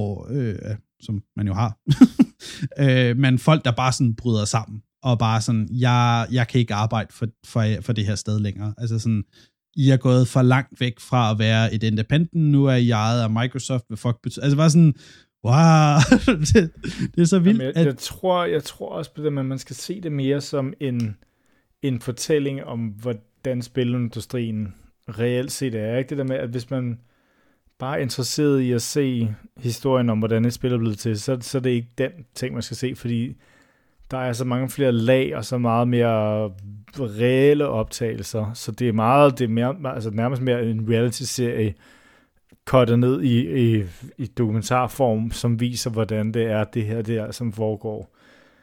som man jo har, men folk, der bare sådan bryder sammen, og bare sådan, jeg kan ikke arbejde for det her sted længere. Altså sådan, I er gået for langt væk fra at være et independent, nu er I ejet af Microsoft, altså bare sådan, wow, det er så vildt. Jamen, jeg tror også på det, men man skal se det mere som en fortælling om, hvordan spilindustrien reelt set er. Ikke det der med, at hvis man bare er interesseret i at se historien om, hvordan et spil er blevet til, så er det ikke den ting, man skal se, fordi der er så mange flere lag, og så meget mere reelle optagelser, så det er mere, altså nærmest mere en reality-serie, cuttet ned i dokumentarform, som viser, hvordan det er, det her, som foregår.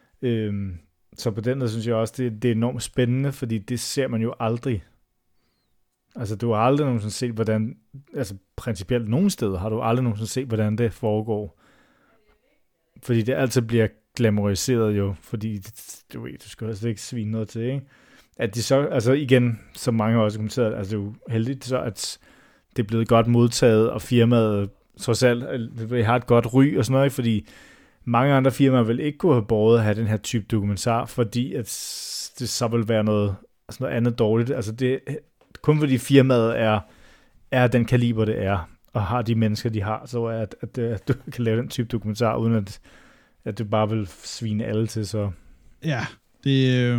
Så på den måde synes jeg også, det er enormt spændende, fordi det ser man jo aldrig. Altså, du har aldrig nogensinde set, hvordan, altså principielt nogen steder har du aldrig nogensinde set, hvordan det foregår. Fordi det altid bliver glamoriseret jo, fordi du skal også ikke svine noget til, ikke? At de så, altså igen, som mange har også kommenteret, altså det er jo heldigt så, at det er blevet godt modtaget, og firmaet trods alt har et godt ry og sådan noget, fordi mange andre firmaer vil ikke kunne have båret at have den her type dokumentar, fordi at det så vil være noget andet dårligt. Altså det kun fordi firmaet er den kaliber, det er, og har de mennesker, de har, så at du kan lave den type dokumentar, uden at du bare vil svine alle til, så... Ja, det...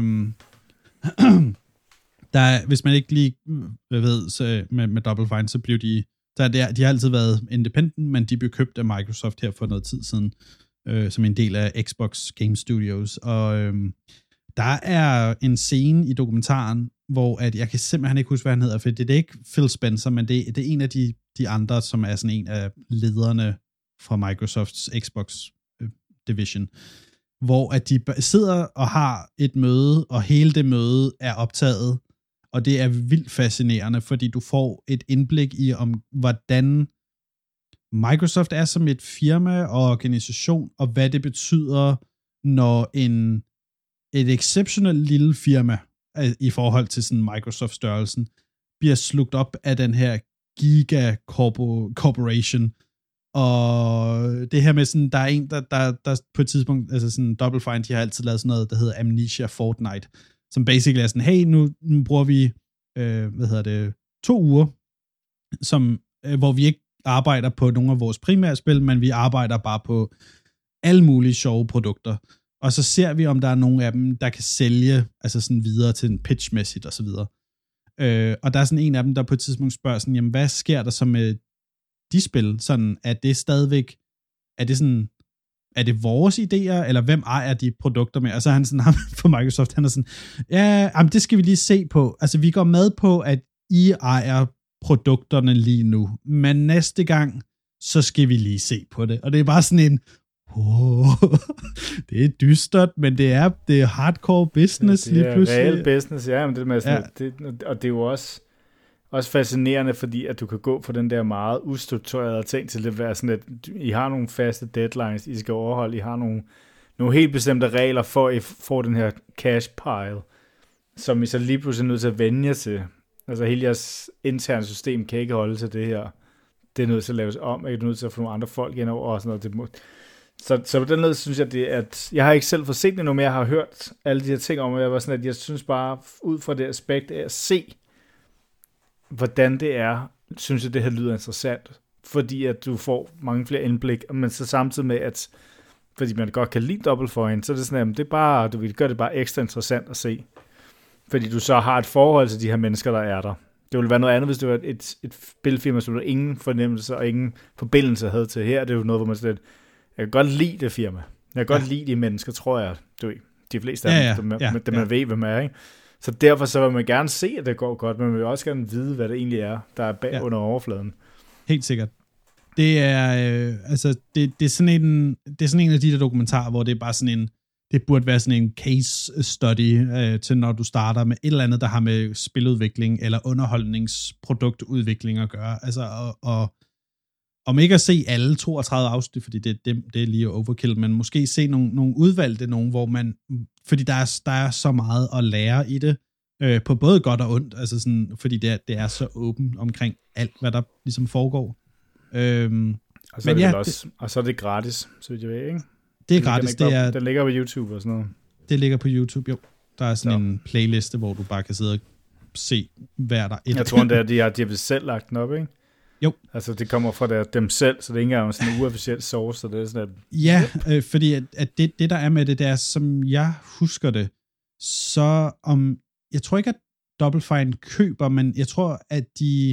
hvis man ikke lige ved, så med Double Fine, så blev de Så de har altid været independent, men de blev købt af Microsoft her for noget tid siden, som en del af Xbox Game Studios. Og der er en scene i dokumentaren, hvor at jeg kan simpelthen ikke huske, hvad han hedder, for det er ikke Phil Spencer, men det er en af de andre, som er sådan en af lederne fra Microsofts Xbox Division, hvor at de sidder og har et møde, og hele det møde er optaget, og det er vildt fascinerende, fordi du får et indblik i, om hvordan Microsoft er som et firma og organisation, og hvad det betyder, når et exceptionelt lille firma, i forhold til sådan Microsoft-størrelsen, bliver slugt op af den her giga-corporation. Og det her med sådan, der er en, der på et tidspunkt, altså sådan Double Fine, de har altid lavet sådan noget, der hedder Amnesia Fortnite, som basically er sådan, hey, nu bruger vi, 2 uger, hvor vi ikke arbejder på nogle af vores primære spil, men vi arbejder bare på alle mulige sjove produkter. Og så ser vi, om der er nogle af dem, der kan sælge, altså sådan videre til en pitchmæssigt og så videre. Og der er sådan en af dem, der på et tidspunkt spørger sådan, jamen hvad sker der så med de spil? Sådan, er det stadigvæk, er det vores idéer, eller hvem ejer de produkter med? Og så er han sådan, ham for Microsoft, han er sådan, ja, jamen, det skal vi lige se på. Altså vi går med på, at I ejer produkterne lige nu, men næste gang, så skal vi lige se på det. Og det er bare sådan en, det er dystert, men det er hardcore business lige pludselig. Det er real business, ja, men det med sådan, og det er jo også fascinerende, fordi at du kan gå fra den der meget ustrukturerede ting til det være sådan, at I har nogle faste deadlines, I skal overholde, I har nogle helt bestemte regler for, at I får den her cash pile, som I så lige pludselig er nødt til at vende jer til. Altså hele jeres interne system kan ikke holde til det her. Det er nødt til at laves om, ikke? Du er nødt til at få nogle andre folk ind over og sådan noget. Så på den måde synes jeg, at jeg har ikke selv fået set det nu, men jeg har hørt alle de her ting om, og jeg var sådan, at jeg synes bare, ud fra det aspekt af at se, hvordan det er, synes jeg, det her lyder interessant, fordi at du får mange flere indblik, men så samtidig med, at fordi man godt kan lide Double Fine, så er det sådan, at det er bare, du vil gøre det bare ekstra interessant at se, fordi du så har et forhold til de her mennesker, der er der. Det ville være noget andet, hvis det var et spilfirma, som du ingen fornemmelse og ingen forbindelse havde til. Her det er jo noget, hvor man slet, jeg kan godt lide det firma. Jeg kan godt lide de mennesker, tror jeg. De fleste af dem, man ved, hvem er, ikke? Så derfor så vil man gerne se, at det går godt, men man vil også gerne vide, hvad det egentlig er, der er bag under overfladen. Helt sikkert. Det er, det er sådan en af de der dokumentarer, hvor det er bare sådan en, det burde være sådan en case study til når du starter med et eller andet, der har med spiludvikling eller underholdningsproduktudvikling at gøre. Altså, og om ikke at se alle 32 afsnit, fordi det er lige overkill, men måske se nogle udvalgte nogen, hvor man, fordi der er så meget at lære i det, på både godt og ondt, altså sådan, fordi det er så åbent omkring alt, hvad der ligesom foregår. Og så er det også, og så er det gratis, så vidt jeg ved, ikke? Det er gratis. Den ligger på YouTube og sådan noget. Det ligger på YouTube, jo. Der er sådan en playliste, hvor du bare kan sidde og se hver der et. Jeg tror, de har selv lagt den op, ikke? Jo. Altså, det kommer fra dem selv, så det er ikke engang sådan en uofficiel source, så det er sådan, at... Ja, fordi at det, der er med det, der som jeg husker det, så jeg tror ikke, at Double Fine køber, men jeg tror, at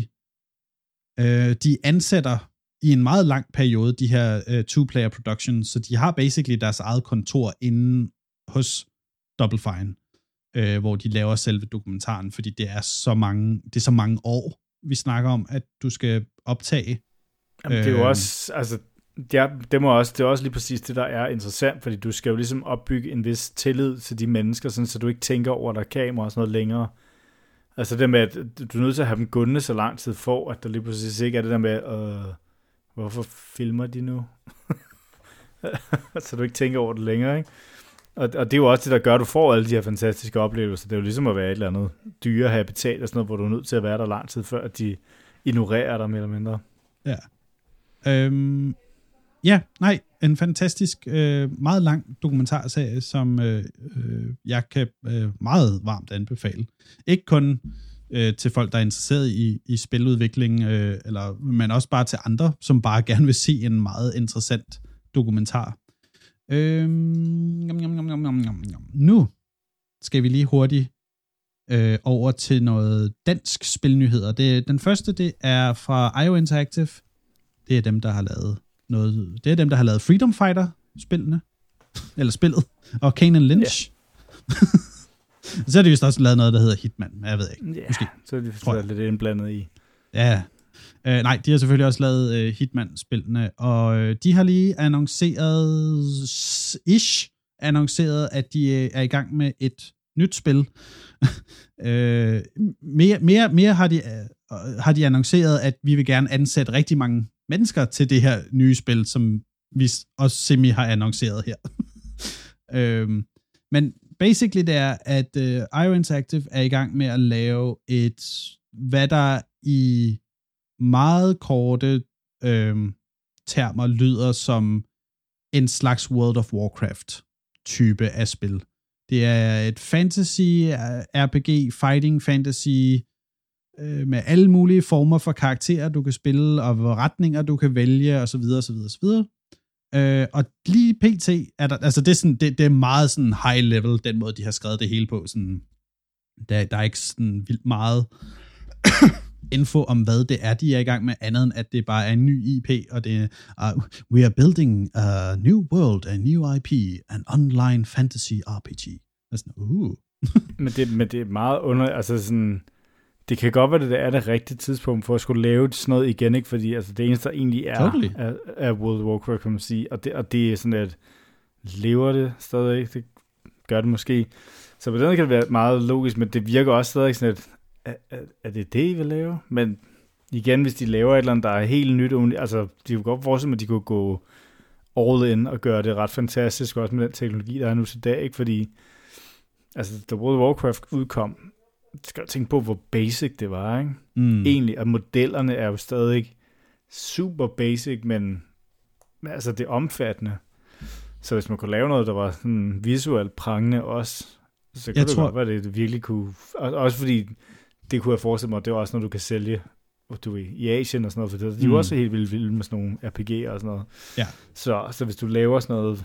de ansætter i en meget lang periode, de her two-player productions, så de har basically deres eget kontor inde hos Double Fine, hvor de laver selve dokumentaren, fordi det er så mange år, vi snakker om, at du skal optage. Jamen, det er jo også, altså, det er også lige præcis det, der er interessant, fordi du skal jo ligesom opbygge en vis tillid til de mennesker, sådan, så du ikke tænker over, der er kamera og sådan noget længere. Altså det med, at du er nødt til at have dem gående så lang tid for, at der lige præcis ikke er det der med, hvorfor filmer de nu? Så du ikke tænker over det længere, ikke? Og det er jo også det, der gør, at du får alle de her fantastiske oplevelser. Det er jo ligesom at være et eller andet dyrehabitat og sådan noget, hvor du er nødt til at være der lang tid, før at de ignorerer dig mere eller mindre. Ja. En fantastisk, meget lang dokumentarserie, som jeg kan meget varmt anbefale. Ikke kun til folk, der er interesseret i spiludvikling, men også bare til andre, som bare gerne vil se en meget interessant dokumentar. Nu skal vi lige hurtigt over til noget dansk spilnyheder. Den første, det er fra IO Interactive. Det er dem, der har lavet noget. Det er dem, der har lavet Freedom Fighter-spillene. Eller spillet. Og Kane & Lynch. Yeah. Så har de vist også lavet noget, der hedder Hitman. Jeg ved ikke. Måske. Så er de lidt indblandet i. Ja. Nej, de har selvfølgelig også lavet Hitman-spillene. Og de har lige annonceret, at de er i gang med et nyt spil. Mere har de annonceret, at vi vil gerne ansætte rigtig mange mennesker til det her nye spil, som vi også semi har annonceret her. Men basically det er, at IO Interactive er i gang med at lave hvad der i meget korte termer lyder som en slags World of Warcraft type af spil. Det er et fantasy, RPG, fighting fantasy, med alle mulige former for karakterer, du kan spille, og retninger, du kan vælge, osv. Og lige pt. Er der, altså det er meget sådan high level, den måde, de har skrevet det hele på. Sådan, der er ikke sådan vildt meget info om, hvad det er, de er i gang med, andet end at det bare er en ny IP, og det er, we are building a new world, a new IP, an online fantasy RPG. Sådan, men det er meget altså sådan, det kan godt være, det er det rigtige tidspunkt for at skulle lave sådan noget igen, ikke? Fordi altså, det eneste, der egentlig er World of Warcraft, kan man sige, og det er sådan, at lever det stadig, det gør det måske. Så på den kan det være meget logisk, men det virker også stadig sådan, at er det det, I vil lave? Men igen, hvis de laver et eller andet, der er helt nyt, altså de kunne godt forestille mig, at de kunne gå all in og gøre det ret fantastisk, også med den teknologi, der er nu til dag, ikke? Fordi altså, da World of Warcraft udkom, skal du tænke på, hvor basic det var, ikke? Egentlig, og modellerne er jo stadig super basic, men altså det er omfattende. Så hvis man kunne lave noget, der var sådan visuelt prangende også, så kunne det godt være, det virkelig kunne. Også fordi, det kunne jeg forestille mig, det er også noget, du kan sælge i Asien og sådan noget, for de er jo også helt vilde med sådan nogle RPG'er og sådan noget. Ja. Så hvis du laver sådan noget,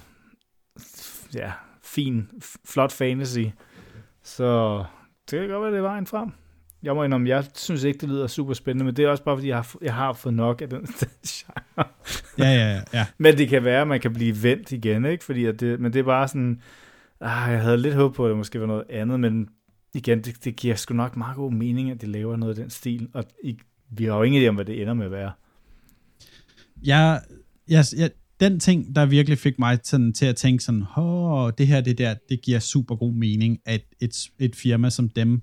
flot fantasy, så det kan godt være, det er vejen frem. Jeg må indrømme, jeg synes ikke, det lyder super spændende, men det er også bare, fordi jeg har fået nok af den genre. Ja. Men det kan være, at man kan blive vendt igen, ikke? Fordi men det er bare sådan, jeg havde lidt håb på, at det måske var noget andet, men igen, det giver sgu nok meget god mening, at de laver noget af den stil, og vi har jo ingen idé om, hvad det ender med at være. Den ting, der virkelig fik mig sådan, til at tænke sådan, det giver super god mening, at et firma som dem,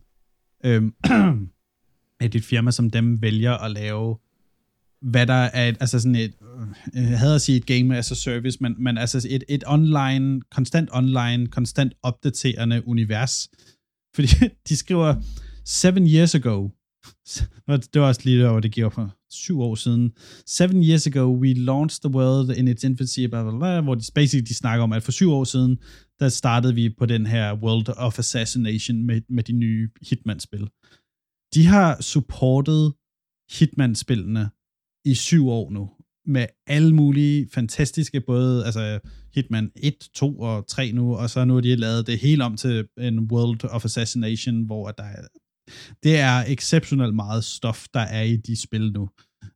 vælger at lave, hvad der er altså sådan jeg havde at sige et game as a service, men altså et konstant opdaterende univers. Fordi de skriver 7 years ago. Det var også lige over, det giver for 7 år siden. 7 years ago, we launched the world in its infancy, blah, blah, blah, hvor de snakker om, at for 7 år siden, der startede vi på den her World of Assassination med de nye Hitman-spil. De har supportet Hitman-spillene i 7 år nu, med alle mulige fantastiske, både altså Hitman 1, 2 og 3 nu, og så nu har de lavet det hele om til en World of Assassination, hvor det er exceptionelt meget stof, der er i de spil nu.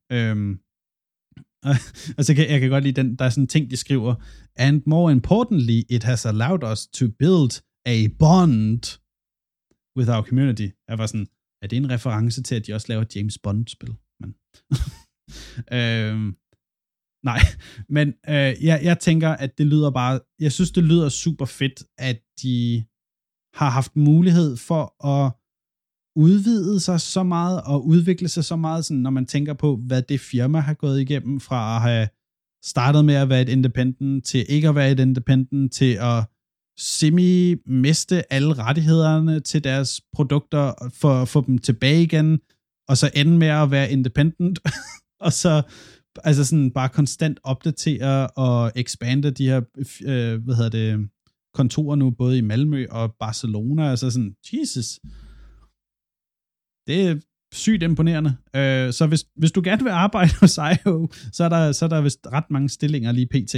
Altså jeg kan godt lide der er sådan en ting, de skriver, and more importantly, it has allowed us to build a bond with our community. Jeg var sådan, er det en reference til, at de også laver James Bond-spil? Men nej, men jeg tænker, at det lyder bare, jeg synes, det lyder super fedt, at de har haft mulighed for at udvide sig så meget og udvikle sig så meget, sådan, når man tænker på, hvad det firma har gået igennem, fra at have startet med at være et independent, til ikke at være et independent, til at miste alle rettighederne til deres produkter, for at få dem tilbage igen, og så ende med at være independent, og så altså sådan bare konstant opdatere og expande de her, kontorer nu, både i Malmø og Barcelona, altså sådan, Jesus. Det er sygt imponerende. Så hvis du gerne vil arbejde hos IO, så er der vist ret mange stillinger lige pt.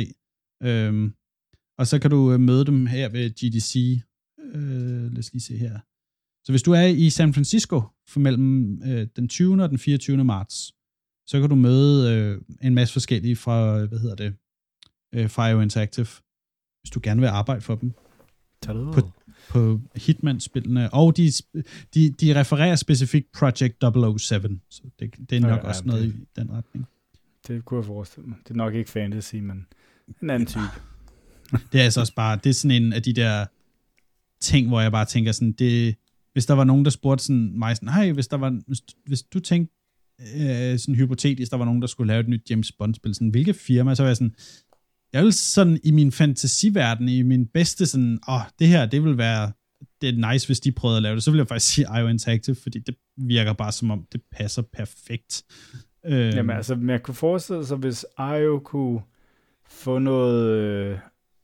Og så kan du møde dem her ved GDC. Lad os lige se her. Så hvis du er i San Francisco for mellem den 20. og den 24. marts, så kan du møde en masse forskellige fra, fra IO Interactive, hvis du gerne vil arbejde for dem. På Hitman-spillene, og de refererer specifikt Project 007, så det er nok også noget i den retning. Det kunne jeg forestille mig. Det er nok ikke fantasy, men en anden type. Det er altså også bare, det er sådan en af de der ting, hvor jeg bare tænker sådan, hvis der var nogen, der spurgte sådan mig sådan, hej, hvis du tænkte sådan hypotetisk, der var nogen, der skulle lave et nyt James Bond-spil, sådan, hvilke firma, så var jeg sådan, jeg vil sådan i min fantasiverden, i min bedste sådan, det her, det vil være, det er nice, hvis de prøvede at lave det, så vil jeg faktisk sige IO Interactive, fordi det virker bare som om, det passer perfekt. Jamen altså, jeg kunne forestille sig, hvis IO kunne få noget,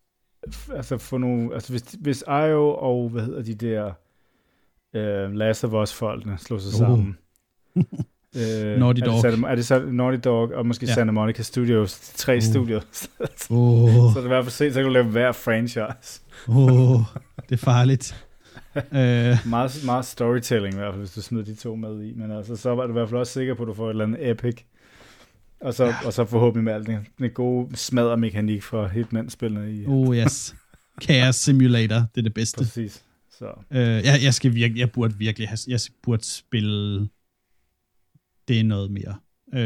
hvis IO og, de der Last of Us-folkene slår sig sammen. Naughty Dog. Er det så Naughty Dog og måske Santa Monica Studios, 3 studios. Så det er i hvert fald set, så kan du lave hver franchise. Det er farligt. Meget storytelling i hvert fald, hvis du smider de 2 med i. Men altså, så er du i hvert fald også sikker på, at du får et eller andet epic. Og så forhåbentlig med alt den gode smaddermekanik fra Hitman-spillene i. Yes. Chaos Simulator, det er det bedste. Præcis. Så. Jeg burde spille det er noget mere.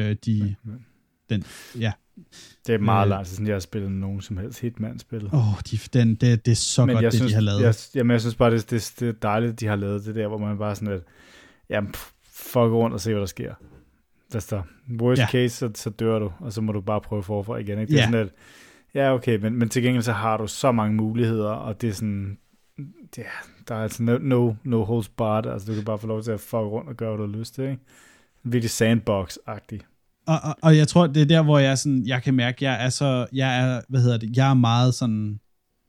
Det er meget langt, sådan jeg har spillet nogen som helst Hitman-spil. Det er så men godt, de har lavet. Jeg synes bare, det er dejligt, de har lavet det der, hvor man bare sådan lidt, fuck rundt og se, hvad der sker. Worst case, så dør du, og så må du bare prøve forfra igen. Ikke? Det er sådan lidt, okay, men til gengæld så har du så mange muligheder, og det er sådan, der er altså no holds barred, altså du kan bare få lov til at fuck rundt og gøre, hvad du har lyst til, ikke? Virkelig sandbox-agtig. Og jeg tror, det er der, hvor jeg kan mærke, jeg er meget sådan,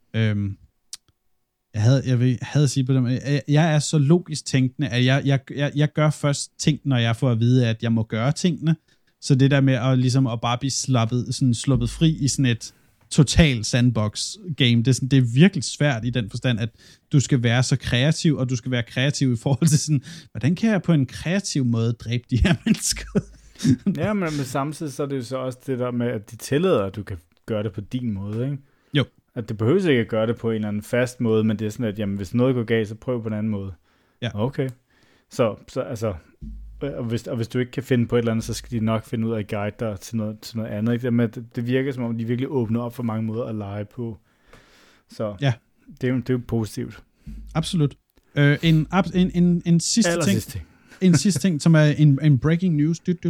jeg havde sige på dem, jeg er så logisk tænkende, at jeg gør først ting, når jeg får at vide, at jeg må gøre tingene. Så det der med at bare blive sluppet fri i sådan et total sandbox game, det er virkelig svært i den forstand, at du skal være så kreativ, og du skal være kreativ i forhold til sådan, hvordan kan jeg på en kreativ måde dræbe de her mennesker? Ja, men samtidig så er det jo så også det der med, at de tillader, at du kan gøre det på din måde, ikke? Jo. At det behøver ikke at gøre det på en eller anden fast måde, men det er sådan, at jamen, hvis noget går galt, så prøv på en anden måde. Ja. Okay. Så altså, og hvis du ikke kan finde på et eller andet, så skal de nok finde ud af at guide dig til noget andet. Ikke? Det virker som om, de virkelig åbner op for mange måder at lege på. Så det er jo positivt. Absolut. En sidste ting. En sidste ting, som er en breaking news. Det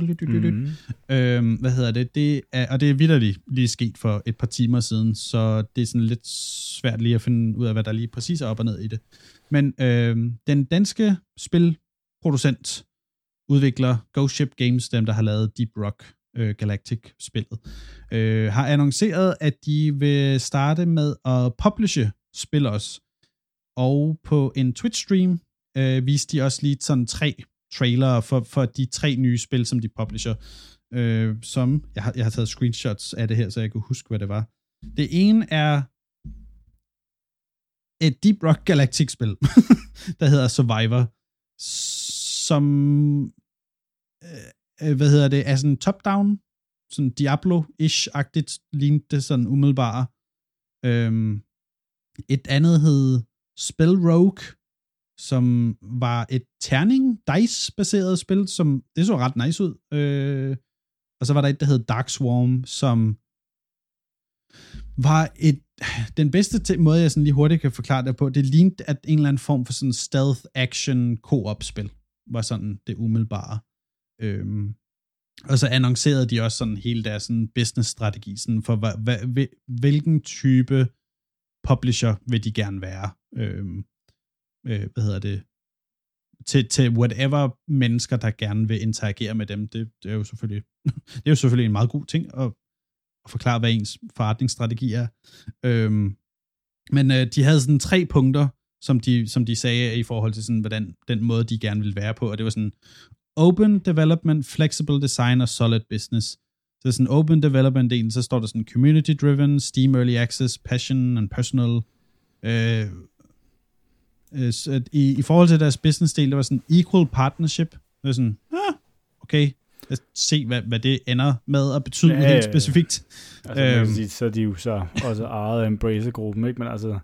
er, og det er vitterligt lige sket for et par timer siden, så det er sådan lidt svært lige at finde ud af, hvad der lige præcis er op og ned i det. Men den danske spilproducent, udvikler Ghost Ship Games, dem der har lavet Deep Rock Galactic-spillet, har annonceret, at de vil starte med at publishe spil også. Og på en Twitch-stream viste de også lige sådan 3 trailere for de 3 nye spil, som de publisher. Som jeg har taget screenshots af det her, så jeg kunne huske, hvad det var. Det ene er et Deep Rock Galactic-spil, der hedder Survivor, som er sådan top-down, sådan Diablo-ish-agtigt, lignede det sådan umiddelbart. Et andet hed Spell Rogue, som var et dice-baseret spil, som det så ret nice ud. Og så var der et, der hed Dark Swarm, som var den bedste måde, jeg sådan lige hurtigt kan forklare det på, det lignede, at en eller anden form for sådan stealth action co-op-spil var sådan det umiddelbare. Og så annoncerede de også sådan hele deres sådan business-strategi, sådan for hvilken type publisher vil de gerne være. Til whatever mennesker, der gerne vil interagere med dem. Det er jo selvfølgelig en meget god ting at forklare, hvad ens forretningsstrategi er. Men de havde sådan 3 punkter, som de sagde i forhold til sådan, hvordan den måde, de gerne ville være på, og det var sådan open development, flexible design og solid business. Så det er sådan open development delen, så står der sådan community driven, Steam early access, passion and personal i forhold til deres business-del, det var sådan equal partnership. Det var sådan, okay, lad os se, hvad det ender med at betyde helt specifikt. Altså, man kan sige, så er de jo så også ejet af Embracer-gruppen, ikke? Men altså...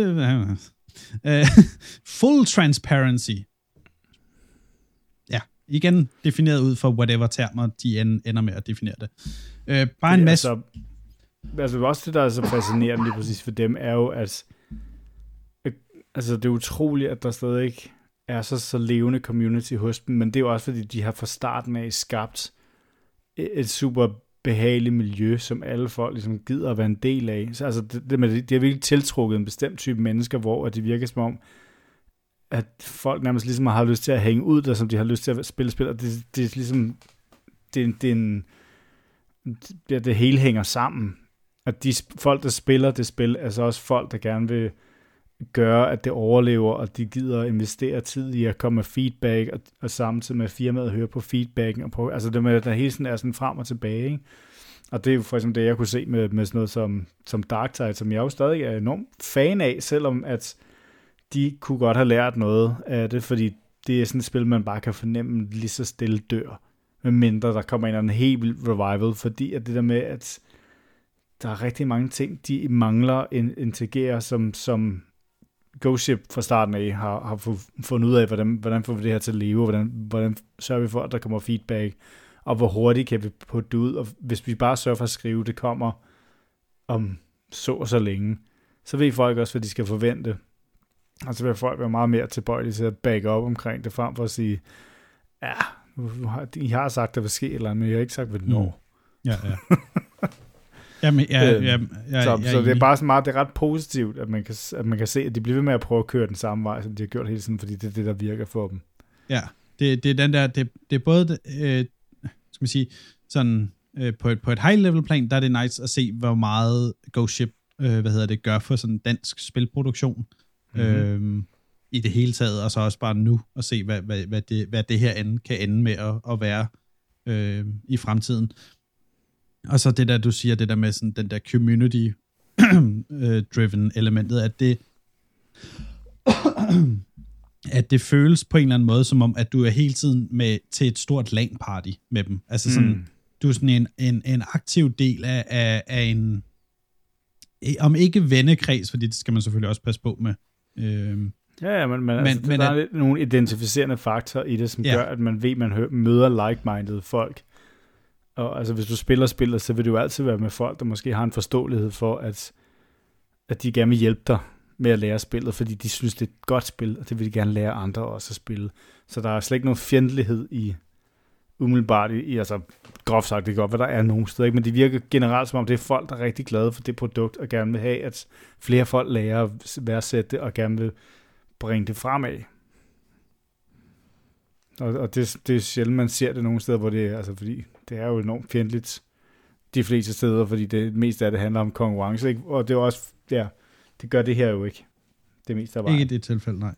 Full transparency. Ja, igen defineret ud for whatever termer de ender med at definere det. Bare en masse... Altså også det, der er så fascinerende lige præcis for dem, er jo, at altså, det er utroligt, at der stadig ikke er så levende community hos dem, men det er jo også, fordi de har fra starten af skabt et super behageligt miljø, som alle folk ligesom gider at være en del af. Så altså, det har virkelig tiltrukket en bestemt type mennesker, hvor det virker som om, at folk nærmest ligesom har lyst til at hænge ud der, som de har lyst til at spille, og det er ligesom, det hele hænger sammen. At de folk, der spiller det spil, er så også folk, der gerne vil gøre, at det overlever, og de gider investere tid i at komme med feedback, og samtidig med firmaet høre på feedbacken, og på, altså det med, der hele tiden er sådan frem og tilbage, ikke? Og det er jo for eksempel det, jeg kunne se med sådan noget som Darktide, som jeg jo stadig er enormt fan af, selvom at de kunne godt have lært noget af det, fordi det er sådan et spil, man bare kan fornemme lige så stille dør, medmindre der kommer en helt vild revival, fordi at det der med, at der er rigtig mange ting, de mangler integrere, som Ghost Ship fra starten af har fundet ud af, hvordan får vi det her til at leve, hvordan sørger vi for, at der kommer feedback, og hvor hurtigt kan vi putte det ud, og hvis vi bare sørger for at skrive, det kommer om så og så længe, så ved folk også, hvad de skal forvente. Og så vil folk være meget mere tilbøjelige til at back op omkring det, frem for at sige, ja, I har sagt, at der vil ske et eller andet, men jeg har ikke sagt, hvad det når. Ja. Jamen, så det er bare så meget, det er ret positivt, at man kan se, at de bliver ved med at prøve at køre den samme vej, som de har gjort hele tiden, fordi det er det, der virker for dem. Ja, det er den der, det er både, skal man sige, sådan på et high-level plan, der er det nice at se, hvor meget Ghost Ship, gør for sådan dansk spilproduktion i det hele taget, og så også bare nu at se, hvad det her kan ende med at være i fremtiden. Og så det der, du siger, det der med sådan den der community-driven elementet, at det føles på en eller anden måde, som om, at du er hele tiden med til et stort LAN-party med dem. Altså sådan, du er sådan en aktiv del af en, om ikke vennekreds, fordi det skal man selvfølgelig også passe på med. Men altså, der er nogle identificerende faktorer i det, som gør, at man ved, at man møder like-minded folk. Og altså, hvis du spiller spillet, så vil du jo altid være med folk, der måske har en forståelighed for, at de gerne vil hjælpe dig med at lære spillet, fordi de synes, det er et godt spil, og det vil de gerne lære andre også at spille. Så der er slet ikke nogen fjendtlighed i umiddelbart i altså groft sagt, det er godt, hvad der er nogen steder, ikke? Men det virker generelt som om, det er folk, der er rigtig glade for det produkt, og gerne vil have, at flere folk lærer at værdsætte det, og gerne vil bringe det fremad. Og det er sjældent, man ser det nogle steder, hvor det er, altså fordi det er jo enormt fjendtligt de fleste steder, fordi det meste af det handler om konkurrence, ikke? Og det er også, det gør det her jo ikke. Det meste af vejen. Ikke i det tilfælde, nej.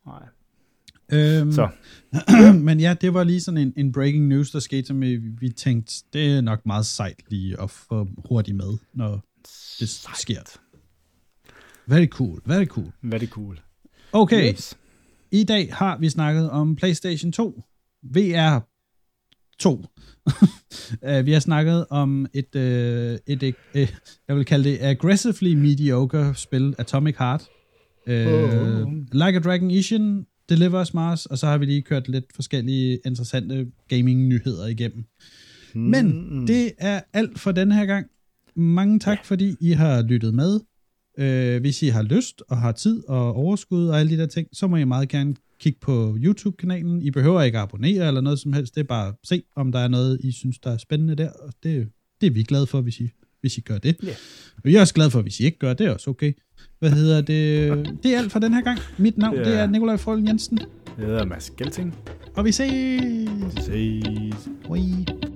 Så. Men ja, det var lige sådan en breaking news, der skete, som vi tænkte, det er nok meget sejt lige at få hurtigt med, når det sker. Very cool. Okay. Yes. I dag har vi snakket om PlayStation 2, VR 2. Vi har snakket om et jeg vil kalde det aggressively mediocre spil, Atomic Heart. Like a Dragon Ishin, Deliver Us Mars, og så har vi lige kørt lidt forskellige interessante gaming-nyheder igennem. Men det er alt for denne her gang. Mange tak, fordi I har lyttet med. Hvis I har lyst og har tid og overskud og alle de der ting, så må I meget gerne kigge på YouTube-kanalen. I behøver ikke at abonnere eller noget som helst. Det er bare at se, om der er noget, I synes, der er spændende der. Og det er vi glade for, hvis I gør det. Yeah. Og jeg er også glad for, hvis I ikke gør det, er også okay. Det er alt for den her gang. Mit navn, det er Nikolaj Frølund Jensen. Jeg hedder Mads Gelting. Og vi ses. Hej.